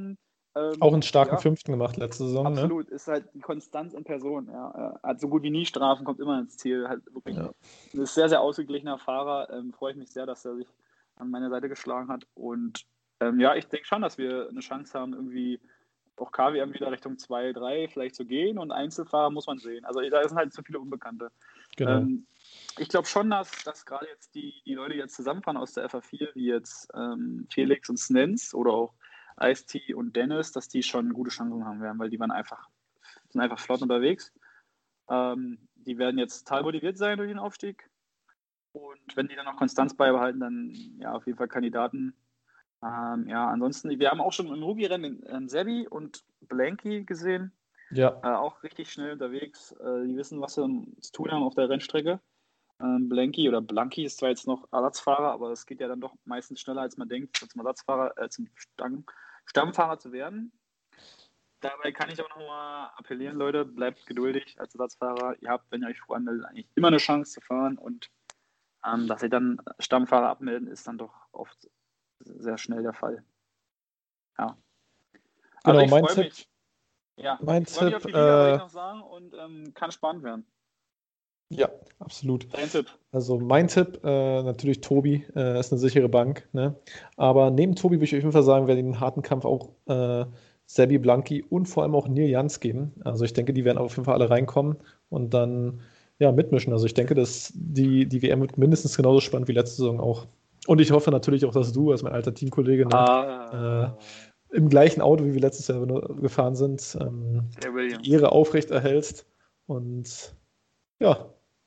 Auch einen starken 5. gemacht letzte Saison, absolut, ist halt die Konstanz in Person. Ja. Er hat so gut wie nie Strafen, kommt immer ins Ziel. Halt wirklich ist sehr, sehr ausgeglichener Fahrer. Freue ich mich sehr, dass er sich an meine Seite geschlagen hat. Und ich denke schon, dass wir eine Chance haben, irgendwie auch KWM wieder Richtung 2, 3 vielleicht zu gehen. Und Einzelfahrer muss man sehen. Also da sind halt zu viele Unbekannte. Genau. Ich glaube schon, dass gerade jetzt die Leute, die jetzt zusammenfahren aus der FA4, wie jetzt Felix und Snens oder auch Ice-T und Dennis, dass die schon gute Chancen haben werden, weil die sind einfach flott unterwegs. Die werden jetzt total motiviert sein durch den Aufstieg. Und wenn die dann noch Konstanz beibehalten, dann ja, auf jeden Fall Kandidaten. Ansonsten, wir haben auch schon im Rookie-Rennen Sebi und Blanky gesehen. Ja. Auch richtig schnell unterwegs. Die wissen, was sie zu tun haben auf der Rennstrecke. Blanky ist zwar jetzt noch Ersatzfahrer, aber es geht ja dann doch meistens schneller, als man denkt, zum Ersatzfahrer, zum Stammfahrer zu werden. Dabei kann ich auch nochmal appellieren, Leute, bleibt geduldig als Ersatzfahrer. Ihr habt, wenn ihr euch voranmeldet, eigentlich immer eine Chance zu fahren und dass ihr dann Stammfahrer abmelden, ist dann doch oft sehr schnell der Fall. Ja. Genau, also ich mein freue Tipp. mich. Ja, mein ich freue mich Tipp, auf die Liga, wollte ich noch sagen, und kann spannend werden. Ja, absolut. Dein Tipp? Also mein Tipp, natürlich Tobi, ist eine sichere Bank. Ne? Aber neben Tobi würde ich auf jeden Fall sagen, werden den harten Kampf auch Sebi Blanky und vor allem auch Neil Jans geben. Also ich denke, die werden auf jeden Fall alle reinkommen und dann mitmischen. Also ich denke, dass die WM wird mindestens genauso spannend wie letzte Saison auch. Und ich hoffe natürlich auch, dass du als mein alter Teamkollege im gleichen Auto, wie wir letztes Jahr gefahren sind, die Ehre aufrecht erhältst. Und ja.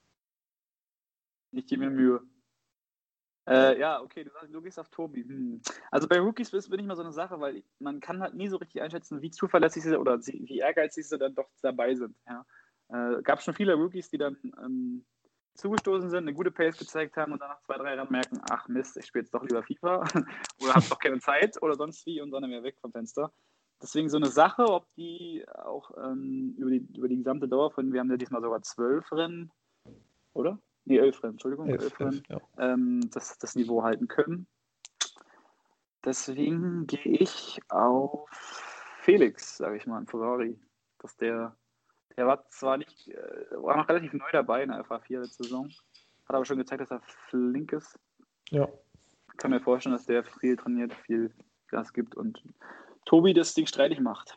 Ich gebe mir Mühe. Okay, du gehst auf Tobi. Also bei Rookies bin ich mal so eine Sache, weil man kann halt nie so richtig einschätzen, wie zuverlässig sie oder wie ehrgeizig sie dann doch dabei sind. Ja. Gab schon viele Rookies, die dann zugestoßen sind, eine gute Pace gezeigt haben und dann nach 2, 3 Rennen merken, ach Mist, ich spiele jetzt doch lieber FIFA oder habe doch keine Zeit oder sonst wie und dann mehr weg vom Fenster. Deswegen so eine Sache, ob die auch über die gesamte Dauer wir haben ja diesmal sogar 12 Rennen, oder? Nee, 11 Rennen, Entschuldigung, 11 Rennen, das Niveau halten können. Deswegen gehe ich auf Felix, sage ich mal, in Ferrari. Der war zwar war noch relativ neu dabei in der FA4 letzte Saison, hat aber schon gezeigt, dass er flink ist. Ja. Ich kann mir vorstellen, dass der viel trainiert, viel Gas gibt und Tobi das Ding streitig macht.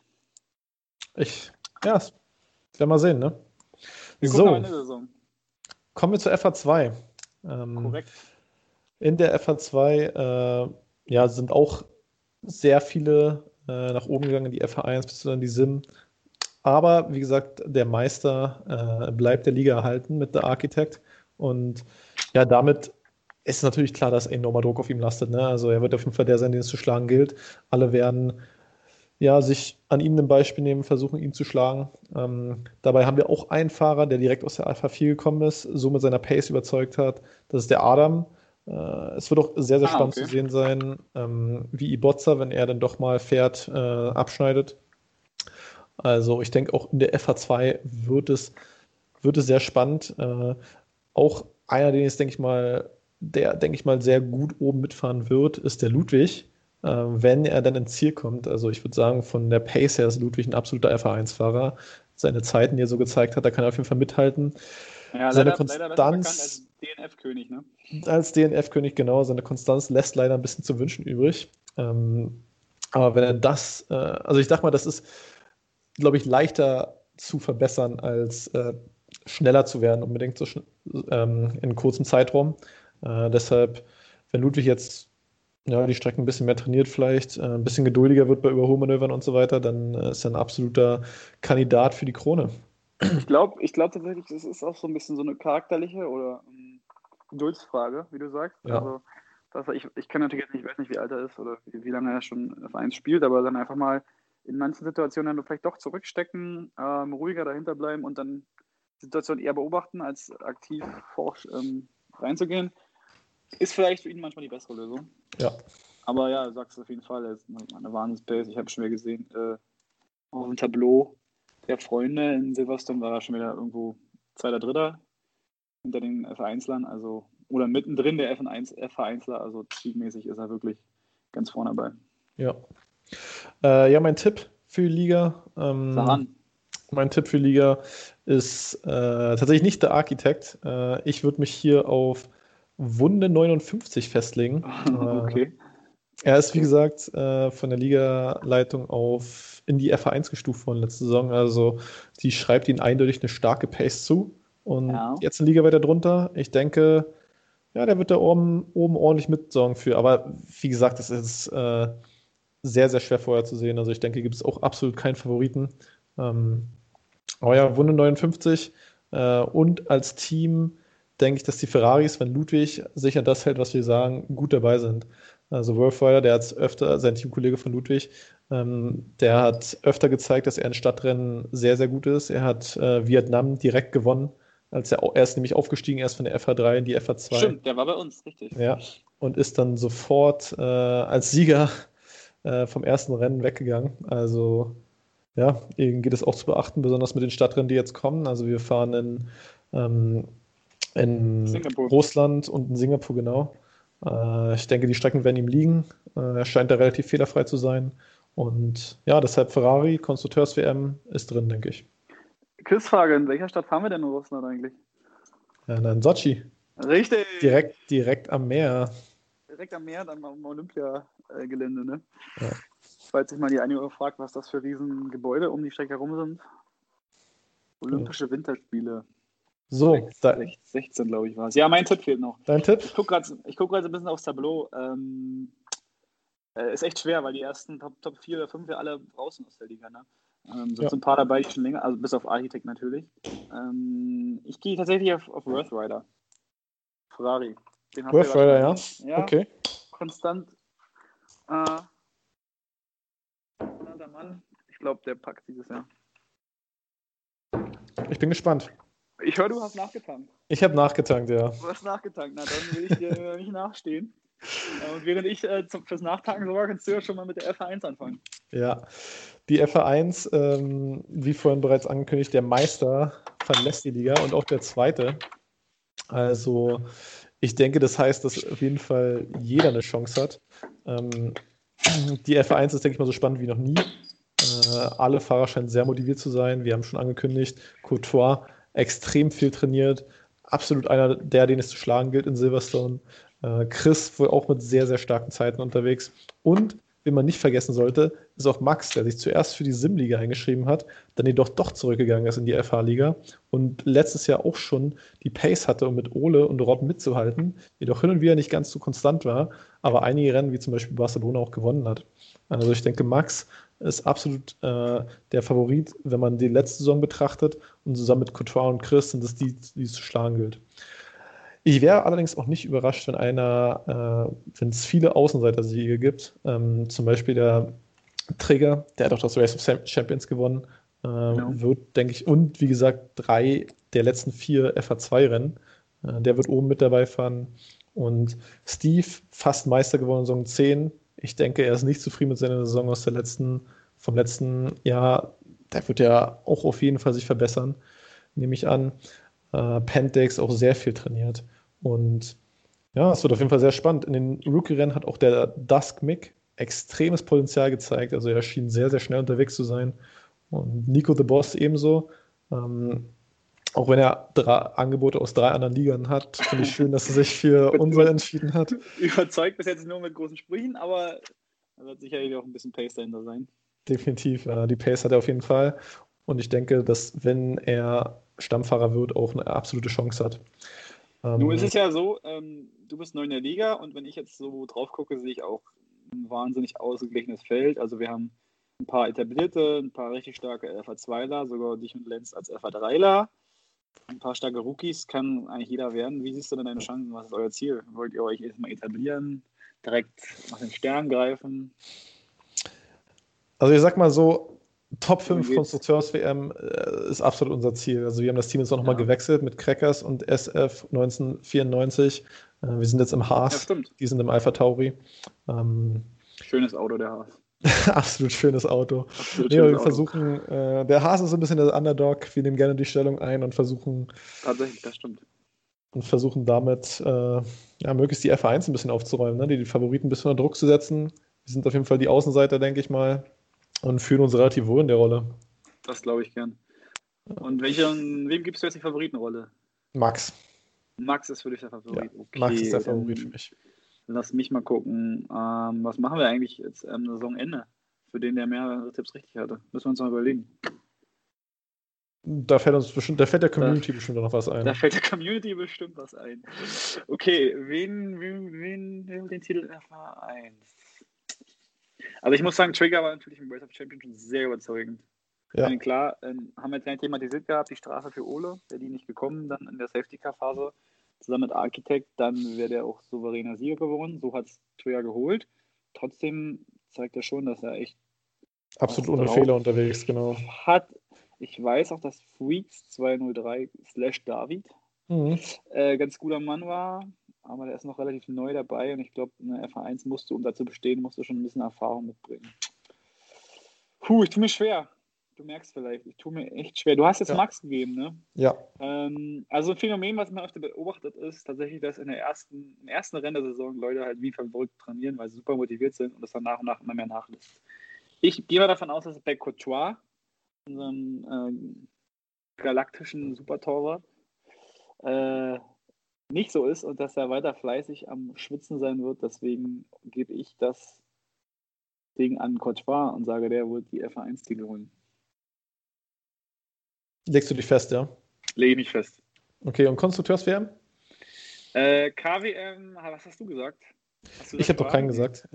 Das werden wir sehen, ne? Wir gucken am Ende der Saison. Kommen wir zur FA2. Korrekt. In der FA2 sind auch sehr viele nach oben gegangen, die FA1 bis dann die Sim. Aber wie gesagt, der Meister bleibt der Liga erhalten mit der Architect. Und ja, damit ist natürlich klar, dass enormer Druck auf ihm lastet. Ne? Also er wird auf jeden Fall der sein, den es zu schlagen gilt. Alle werden sich an ihm ein Beispiel nehmen, versuchen ihn zu schlagen. Dabei haben wir auch einen Fahrer, der direkt aus der Alpha 4 gekommen ist, so mit seiner Pace überzeugt hat. Das ist der Adam. Es wird auch sehr, sehr spannend zu sehen sein, wie Ibozza, wenn er dann doch mal fährt, abschneidet. Also ich denke, auch in der FH2 wird es sehr spannend. Auch einer, den jetzt, denke ich mal, sehr gut oben mitfahren wird, ist der Ludwig, wenn er dann ins Ziel kommt. Also ich würde sagen, von der Pace her ist Ludwig ein absoluter FA1-Fahrer. Seine Zeiten, die er so gezeigt hat, da kann er auf jeden Fall mithalten. Ja, seine Konstanz, leider besser bekannt als DNF-König, ne? Als DNF-König, genau. Seine Konstanz lässt leider ein bisschen zu wünschen übrig. Aber wenn er das, also ich dachte mal, das ist, glaube ich, leichter zu verbessern, als schneller zu werden, unbedingt in kurzem Zeitraum. Deshalb, wenn Ludwig jetzt die Strecken ein bisschen mehr trainiert vielleicht, ein bisschen geduldiger wird bei Überholmanövern und so weiter, dann ist er ein absoluter Kandidat für die Krone. Ich glaube tatsächlich, das ist auch so ein bisschen so eine charakterliche oder Geduldsfrage, wie du sagst. Ja. Also ich kann natürlich jetzt nicht, ich weiß nicht, wie alt er ist oder wie lange er schon F1 spielt, aber dann einfach mal in manchen Situationen dann vielleicht doch zurückstecken, ruhiger dahinter bleiben und dann die Situation eher beobachten, als aktiv reinzugehen, ist vielleicht für ihn manchmal die bessere Lösung. Ja. Aber ja, du sagst es auf jeden Fall, er ist eine Wahnsinns-Pace. Ich habe schon wieder gesehen, auf dem Tableau der Freunde in Silverstone war er schon wieder irgendwo 2., 3. hinter den F1lern, also oder mittendrin der F1ler, also teammäßig ist er wirklich ganz vorne dabei. Ja. Ja, mein Tipp für die Liga. Sahan. Mein Tipp für die Liga ist tatsächlich nicht der Architekt. Ich würde mich hier auf Wunde 59 festlegen. Okay. Er ist, wie gesagt, von der Ligaleitung in die FA1 gestuft worden letzte Saison. Also die schreibt ihm eindeutig eine starke Pace zu. Und jetzt eine Liga weiter drunter. Ich denke, ja, der wird da oben ordentlich mitsorgen für. Aber wie gesagt, das ist sehr, sehr schwer vorher zu sehen. Also ich denke, gibt es auch absolut keinen Favoriten. Aber ja, Wunde 59. Und als Team denke ich, dass die Ferraris, wenn Ludwig sich an das hält, was wir sagen, gut dabei sind. Also Worldfire, der hat öfter, sein Teamkollege von Ludwig, der hat öfter gezeigt, dass er in Stadtrennen sehr, sehr gut ist. Er hat Vietnam direkt gewonnen, er ist nämlich aufgestiegen, erst von der FH3 in die FH2. Stimmt, der war bei uns, richtig. Ja, und ist dann sofort als Sieger vom ersten Rennen weggegangen. Also ja, eben geht es auch zu beachten, besonders mit den Stadtrennen, die jetzt kommen. Also wir fahren in Russland und in Singapur, genau. Ich denke, die Strecken werden ihm liegen. Er scheint da relativ fehlerfrei zu sein. Und ja, deshalb Ferrari, Konstrukteurs-WM ist drin, denke ich. Quizfrage, in welcher Stadt fahren wir denn in Russland eigentlich? In Sochi. Richtig. Direkt am Meer. Direkt am Meer, dann am Olympiagelände, ne? Ja. Falls sich mal die einige fragt, was das für Riesengebäude um die Strecke herum sind. Olympische Winterspiele. So, 16, glaube ich, war es. Ja, mein Tipp fehlt noch. Dein Tipp? Ich gucke gerade ein bisschen aufs Tableau. Ist echt schwer, weil die ersten Top 4 oder 5 ja alle draußen aus der Liga, ne? Sind ein paar dabei, die schon länger, also bis auf Architekt natürlich. Ich gehe tatsächlich auf Worth Rider. Ferrari. Worth Rider, ja? Okay. Konstant. Der Mann. Ich glaube, der packt dieses Jahr. Ich bin gespannt. Ich höre, du hast nachgetankt. Ich habe nachgetankt, ja. Du hast nachgetankt, na dann will ich dir nicht nachstehen. Und während ich fürs Nachtanken sorge, kannst du ja schon mal mit der FA1 anfangen. Ja, die FA1, wie vorhin bereits angekündigt, der Meister verlässt die Liga und auch der Zweite. Also ich denke, das heißt, dass auf jeden Fall jeder eine Chance hat. Die FA1 ist, denke ich mal, so spannend wie noch nie. Alle Fahrer scheinen sehr motiviert zu sein. Wir haben schon angekündigt, Courtois extrem viel trainiert. Absolut einer, den es zu schlagen gilt in Silverstone. Chris wohl auch mit sehr, sehr starken Zeiten unterwegs. Und, wen man nicht vergessen sollte, ist auch Max, der sich zuerst für die Sim-Liga eingeschrieben hat, dann jedoch doch zurückgegangen ist in die FH-Liga und letztes Jahr auch schon die Pace hatte, um mit Ole und Rob mitzuhalten, jedoch hin und wieder nicht ganz so konstant war, aber einige Rennen, wie zum Beispiel Barcelona, auch gewonnen hat. Also ich denke, Max ist absolut der Favorit, wenn man die letzte Saison betrachtet, und zusammen mit Courtois und Chris sind es die es zu schlagen gilt. Ich wäre allerdings auch nicht überrascht, wenn es viele Außenseiter-Siege gibt. Zum Beispiel der Trigger, der hat auch das Race of Champions gewonnen, wird, denke ich, und wie gesagt, 3 der letzten 4 FA2-Rennen. Der wird oben mit dabei fahren. Und Steve, fast Meister geworden in Saison 10. Ich denke, er ist nicht zufrieden mit seiner Saison vom letzten Jahr. Der wird ja auch auf jeden Fall sich verbessern, nehme ich an. Pentex auch sehr viel trainiert. Und ja, es wird auf jeden Fall sehr spannend. In den Rookie-Rennen hat auch der Dusk Mick extremes Potenzial gezeigt. Also er schien sehr, sehr schnell unterwegs zu sein. Und Nico the Boss ebenso. Auch wenn er 3 Angebote aus 3 anderen Ligern hat, finde ich schön, dass er sich für unsere entschieden hat. Überzeugt bis jetzt nur mit großen Sprüchen, aber da wird sicherlich auch ein bisschen Pace dahinter sein. Definitiv, die Pace hat er auf jeden Fall. Und ich denke, dass, wenn er Stammfahrer wird, auch eine absolute Chance hat. Nun ist es ja so, du bist neu in der Liga und wenn ich jetzt so drauf gucke, sehe ich auch ein wahnsinnig ausgeglichenes Feld. Also wir haben ein paar etablierte, ein paar richtig starke FA2ler, sogar dich und Lenz als FA3ler. Ein paar starke Rookies kann eigentlich jeder werden. Wie siehst du denn deine Chancen? Was ist euer Ziel? Wollt ihr euch erstmal etablieren? Direkt nach den Sternen greifen? Also ich sag mal so, Top 5 Konstrukteurs-WM ist absolut unser Ziel. Also wir haben das Team jetzt auch nochmal gewechselt mit Crackers und SF 1994. Wir sind jetzt im Haas, die sind im Alpha Tauri. Schönes Auto, der Haas. Absolut schönes Auto. Wir versuchen, der Haas ist ein bisschen der Underdog, wir nehmen gerne die Stellung ein und versuchen... Tatsächlich, das stimmt. Und versuchen damit möglichst die FA1 ein bisschen aufzuräumen, ne? Die Favoriten ein bisschen unter Druck zu setzen. Wir sind auf jeden Fall die Außenseiter, denke ich mal. und fühlen uns relativ wohl in der Rolle. Das glaube ich gern. Und wem gibst du jetzt die Favoritenrolle? Max. Max ist für dich der Favorit. Ja, Okay, Max ist der Favorit für mich. Lass mich mal gucken. Was machen wir eigentlich jetzt am Saisonende? Für den, der mehrere Tipps richtig hatte. Müssen wir uns mal überlegen. Da fällt der Community bestimmt noch was ein. Da fällt der Community bestimmt was ein. Okay, wen will den Titel F1? Also ich muss sagen, Trigger war natürlich im Race of Champions schon sehr überzeugend. Ja. Ich meine, klar, haben wir jetzt nicht thematisiert gehabt, die Strafe für Ole, wäre die nicht gekommen, dann in der Safety-Car-Phase zusammen mit Architect, dann wäre der auch souveräner Sieger geworden. So hat es Trigger geholt. Trotzdem zeigt er schon, dass er echt absolut ohne Fehler unterwegs, genau. Hat. Ich weiß auch, dass Freaks 203/David ganz guter Mann war, aber der ist noch relativ neu dabei und ich glaube, in der F1 um da zu bestehen, musst du schon ein bisschen Erfahrung mitbringen. Ich tue mir schwer. Du merkst vielleicht, ich tue mir echt schwer. Du hast jetzt Max gegeben, ne? Ja. Also ein Phänomen, was man öfter beobachtet, ist tatsächlich, dass im ersten Rennen der Saison Leute halt wie verrückt trainieren, weil sie super motiviert sind und das dann nach und nach immer mehr nachlässt. Ich gehe mal davon aus, dass es bei Courtois, unserem galaktischen Supertorwart, nicht so ist und dass er weiter fleißig am Schwitzen sein wird. Deswegen gebe ich das Ding an Courtois und sage, der wird die F1-Titel holen. Legst du dich fest, ja? Lege ich mich fest. Okay, und Konstrukteurs-WM? KWM, was hast du gesagt? Ich habe doch keinen gesagt.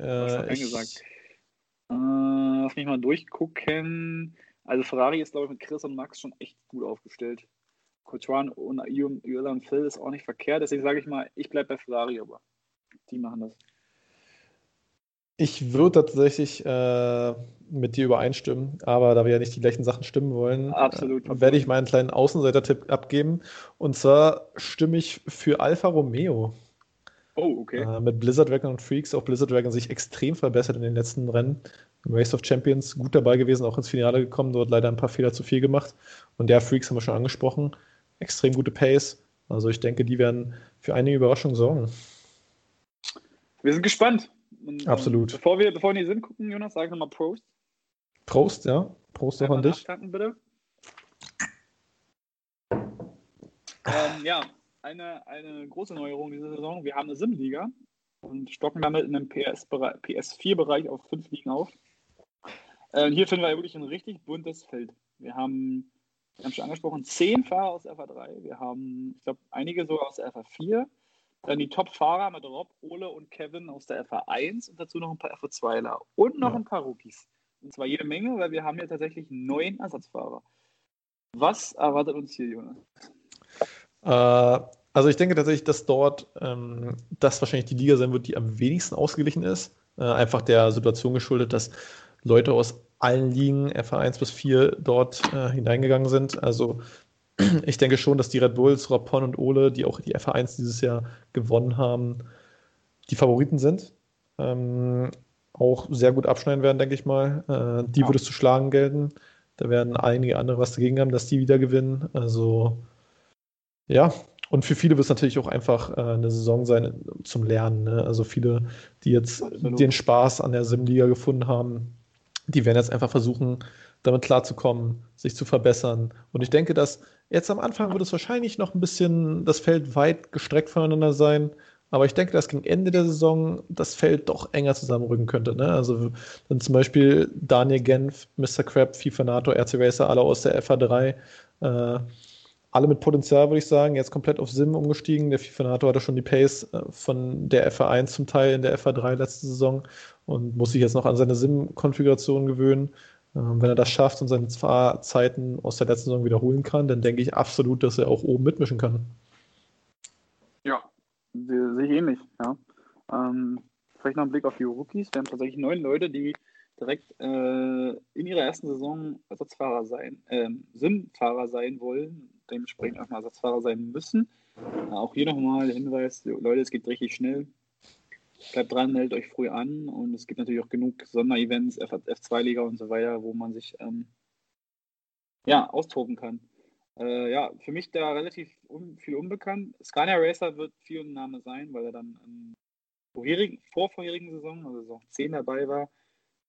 Lass mich mal durchgucken. Also Ferrari ist, glaube ich, mit Chris und Max schon echt gut aufgestellt. Courtois und Jürgen und Phil ist auch nicht verkehrt. Deswegen sage ich mal, ich bleibe bei Ferrari, aber die machen das. Ich würde tatsächlich mit dir übereinstimmen, aber da wir ja nicht die gleichen Sachen stimmen wollen, werde ich meinen kleinen Außenseiter-Tipp abgeben. Und zwar stimme ich für Alfa Romeo. Oh, okay. Mit Blizzard Dragon und Freaks. Auch Blizzard Dragon sich extrem verbessert in den letzten Rennen. Im Race of Champions gut dabei gewesen, auch ins Finale gekommen, dort leider ein paar Fehler zu viel gemacht. Und der Freaks haben wir schon angesprochen. Extrem gute Pace. Also ich denke, die werden für einige Überraschungen sorgen. Wir sind gespannt. Und, absolut. Bevor wir in die Sinn gucken, Jonas, sag nochmal Prost. Prost, ja. Prost auch an dich. Nachtanken, bitte. Eine große Neuerung diese Saison. Wir haben eine Sim-Liga und stocken damit in einem PS4-Bereich auf 5 Ligen auf. Hier finden wir wirklich ein richtig buntes Feld. Wir haben schon angesprochen, 10 Fahrer aus der FA3. Wir haben, ich glaube, einige sogar aus der FA4. Dann die Top-Fahrer mit Rob, Ole und Kevin aus der FA1 und dazu noch ein paar FA2ler und noch ein paar Rookies. Und zwar jede Menge, weil wir haben ja tatsächlich 9 Ersatzfahrer. Was erwartet uns hier, Jonas? Also ich denke tatsächlich, dass dort das wahrscheinlich die Liga sein wird, die am wenigsten ausgeglichen ist. Einfach der Situation geschuldet, dass Leute aus allen Ligen FA1 bis 4 dort hineingegangen sind. Also ich denke schon, dass die Red Bulls, Rapon und Ole, die auch die FA1 dieses Jahr gewonnen haben, die Favoriten sind. Auch sehr gut abschneiden werden, denke ich mal. Die würde es zu schlagen gelten. Da werden einige andere was dagegen haben, dass die wieder gewinnen. Also ja, und für viele wird es natürlich auch einfach eine Saison sein zum Lernen. Ne? Also viele, die jetzt den Spaß an der Sim-Liga gefunden haben, die werden jetzt einfach versuchen, damit klarzukommen, sich zu verbessern. Und ich denke, dass jetzt am Anfang wird es wahrscheinlich noch ein bisschen das Feld weit gestreckt voneinander sein. Aber ich denke, dass gegen Ende der Saison das Feld doch enger zusammenrücken könnte. Ne? Also dann zum Beispiel Daniel Genf, Mr. Crab, FIFA NATO, RC Racer, alle aus der FA3. Alle mit Potenzial, würde ich sagen. Jetzt komplett auf Sim umgestiegen. Der FIFA NATO hatte schon die Pace von der FA1 zum Teil in der FA3 letzte Saison und muss sich jetzt noch an seine Sim-Konfiguration gewöhnen. Wenn er das schafft und seine Fahrzeiten aus der letzten Saison wiederholen kann, dann denke ich absolut, dass er auch oben mitmischen kann. Ja, sehe ich ähnlich. Ja. Vielleicht noch ein Blick auf die Rookies. Wir haben tatsächlich 9 Leute, die direkt in ihrer ersten Saison Sim-Fahrer sein wollen, dementsprechend auch mal Ersatzfahrer sein müssen. Auch hier nochmal der Hinweis, Leute, es geht richtig schnell. Bleibt dran, meldet euch früh an und es gibt natürlich auch genug Sonderevents, F2-Liga und so weiter, wo man sich austoben kann. Für mich da relativ viel unbekannt. Scania Racer wird viel ein Name sein, weil er dann in vorvorherigen Saison, also Saison 10 dabei war.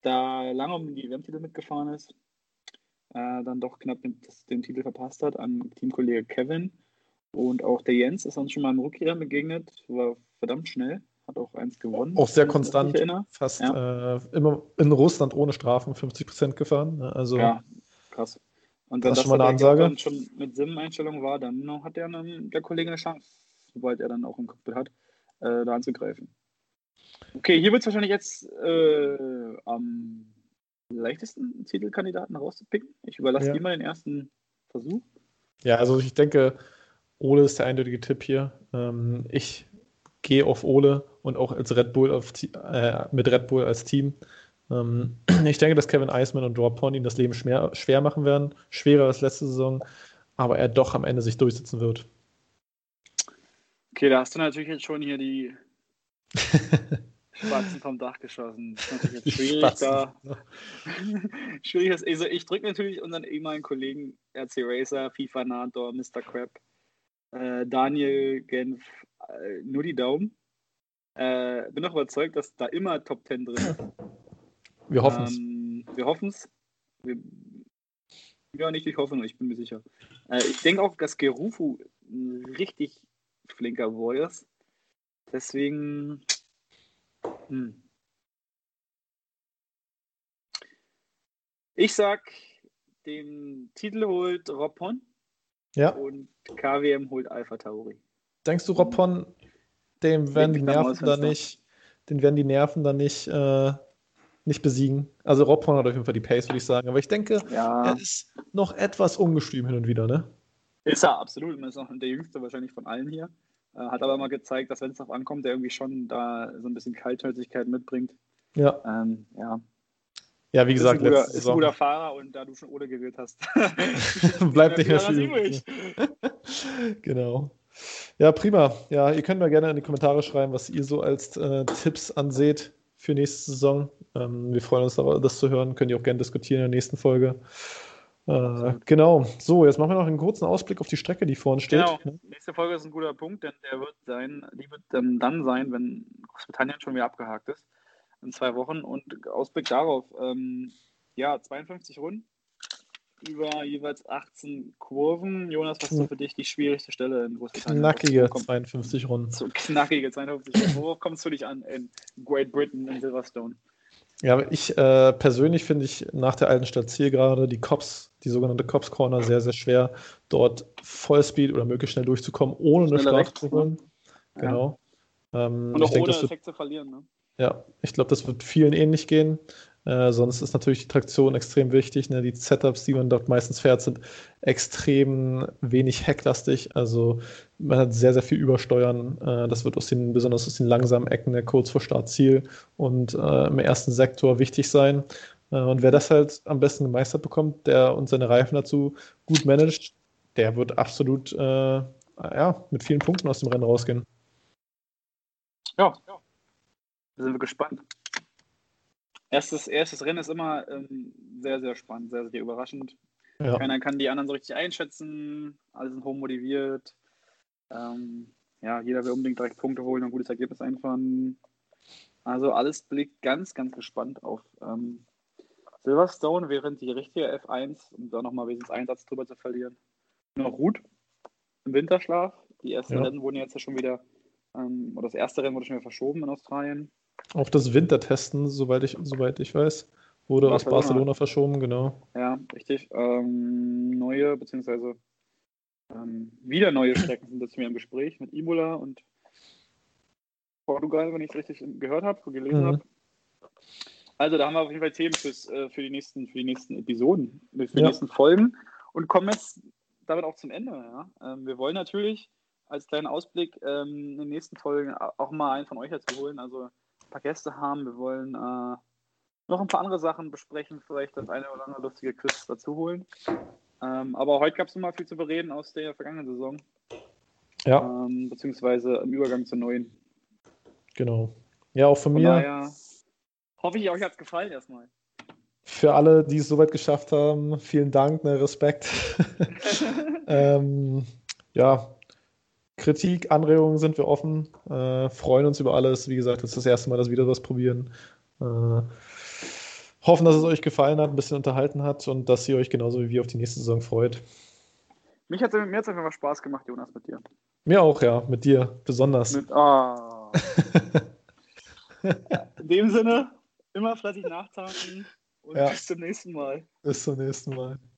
da lange um die WM-Titel mitgefahren ist, dann doch knapp den Titel verpasst hat an Teamkollege Kevin. Und auch der Jens ist uns schon mal im Rückkehr begegnet, war verdammt schnell, hat auch eins gewonnen. Auch sehr konstant, fast immer in Russland ohne Strafen 50% gefahren. Also, ja, krass. Und wenn das schon mal eine Ansage dann schon mit Sim-Einstellung war, dann hat der Kollege eine Chance, sobald er dann auch im Cockpit hat, da anzugreifen. Okay, hier wird es wahrscheinlich jetzt am leichtesten Titelkandidaten rauszupicken. Ich überlasse dir mal den ersten Versuch. Ja, also ich denke, Ole ist der eindeutige Tipp hier. Ich gehe auf Ole und auch als Red Bull mit Red Bull als Team. Ich denke, dass Kevin Eisman und Rob Ponni das Leben schwer machen werden. Schwerer als letzte Saison, aber er doch am Ende sich durchsetzen wird. Okay, da hast du natürlich jetzt schon hier die Spatzen vom Dach geschossen. Das ist natürlich jetzt schwierig da. Schwierig ist, also ich drücke natürlich unseren ehemaligen Kollegen RC Racer, FIFA Nator, Mr. Crab, Daniel Genf, nur die Daumen. Bin auch überzeugt, dass da immer Top 10 drin ist. Wir hoffen es. Wir hoffen es. Ja, nicht ich hoffe, ich bin mir sicher. Ich denke auch, dass Gerufu ein richtig flinker Boy ist. Deswegen ich sag, den Titel holt Rob Pon und KWM holt Alpha Tauri. Denkst du, Rob Pon, dem werden die Nerven dann nicht besiegen? Also Rob Pon hat auf jeden Fall die Pace, würde ich sagen. Aber ich denke, er ist noch etwas ungestüm hin und wieder, ne? Ist er, absolut. Er ist auch der Jüngste wahrscheinlich von allen hier. Hat aber mal gezeigt, dass wenn es darauf ankommt, der irgendwie schon da so ein bisschen Kaltnäsigkeit mitbringt. Ja. Ja, wie gesagt, ist ein guter Fahrer und da du schon Ole gewählt hast, bleibt nicht mehr viel übrig. Genau. Ja, prima. Ja, ihr könnt mal gerne in die Kommentare schreiben, was ihr so als Tipps anseht für nächste Saison. Wir freuen uns, das zu hören. Könnt ihr auch gerne diskutieren in der nächsten Folge. Genau. So, jetzt machen wir noch einen kurzen Ausblick auf die Strecke, die vor uns steht. Genau. Nächste Folge ist ein guter Punkt, denn die wird dann sein, wenn Großbritannien schon wieder abgehakt ist. In 2 Wochen und Ausblick darauf. 52 Runden über jeweils 18 Kurven. Jonas, was ist so für dich die schwierigste Stelle in Großbritannien? Knackige 52 Runden. So knackige 52 Runden. Worauf kommst du dich an in Great Britain in Silverstone? Ja, aber ich persönlich finde ich nach der alten Stadtzielgerade die sogenannte Cops Corner sehr, sehr schwer, dort Vollspeed oder möglichst schnell durchzukommen, ohne eine Strafe zu holen. Genau. Und auch ohne Effekt zu verlieren, ne? Ja, ich glaube, das wird vielen ähnlich gehen. Sonst ist natürlich die Traktion extrem wichtig. Ne? Die Setups, die man dort meistens fährt, sind extrem wenig hecklastig. Also man hat sehr, sehr viel Übersteuern. Das wird besonders aus den langsamen Ecken kurz vor Startziel und im ersten Sektor wichtig sein. Und wer das halt am besten gemeistert bekommt, der und seine Reifen dazu gut managt, der wird absolut mit vielen Punkten aus dem Rennen rausgehen. Ja. Da sind wir gespannt. Erstes Rennen ist immer sehr, sehr spannend, sehr, sehr überraschend. Ja. Keiner kann die anderen so richtig einschätzen. Alle sind hoch motiviert. Jeder will unbedingt direkt Punkte holen und ein gutes Ergebnis einfahren. Also alles blickt ganz, ganz gespannt auf Silverstone, während die richtige F1, um da nochmal wenigstens einen Satz drüber zu verlieren, noch ruht im Winterschlaf. Die ersten Rennen wurden jetzt ja schon wieder, oder das erste Rennen wurde schon wieder verschoben in Australien. Auf das Wintertesten, soweit ich weiß, wurde aus Barcelona verschoben, genau. Ja, richtig. Neue, beziehungsweise wieder neue Strecken sind jetzt mir im Gespräch mit Imola und Portugal, wenn ich es richtig gehört habe, gelesen habe. Also da haben wir auf jeden Fall Themen für die nächsten Episoden, für die nächsten Folgen und kommen jetzt damit auch zum Ende. Ja? Wir wollen natürlich als kleinen Ausblick in den nächsten Folgen auch mal einen von euch dazu holen, also ein paar Gäste haben. Wir wollen noch ein paar andere Sachen besprechen, vielleicht das eine oder andere lustige Quiz dazu holen. Aber heute gab es noch mal viel zu bereden aus der vergangenen Saison. Ja. Beziehungsweise im Übergang zur neuen. Genau. Ja, auch von mir. Daher hoffe ich, euch hat es gefallen erstmal. Für alle, die es soweit geschafft haben, vielen Dank, Respekt. Kritik, Anregungen sind wir offen, freuen uns über alles. Wie gesagt, das ist das erste Mal, dass wir wieder was probieren. Hoffen, dass es euch gefallen hat, ein bisschen unterhalten hat und dass ihr euch genauso wie wir auf die nächste Saison freut. Mir hat es einfach mal Spaß gemacht, Jonas, mit dir. Mir auch, ja. Mit dir besonders. In dem Sinne, immer fleißig nachtanken und bis zum nächsten Mal. Bis zum nächsten Mal.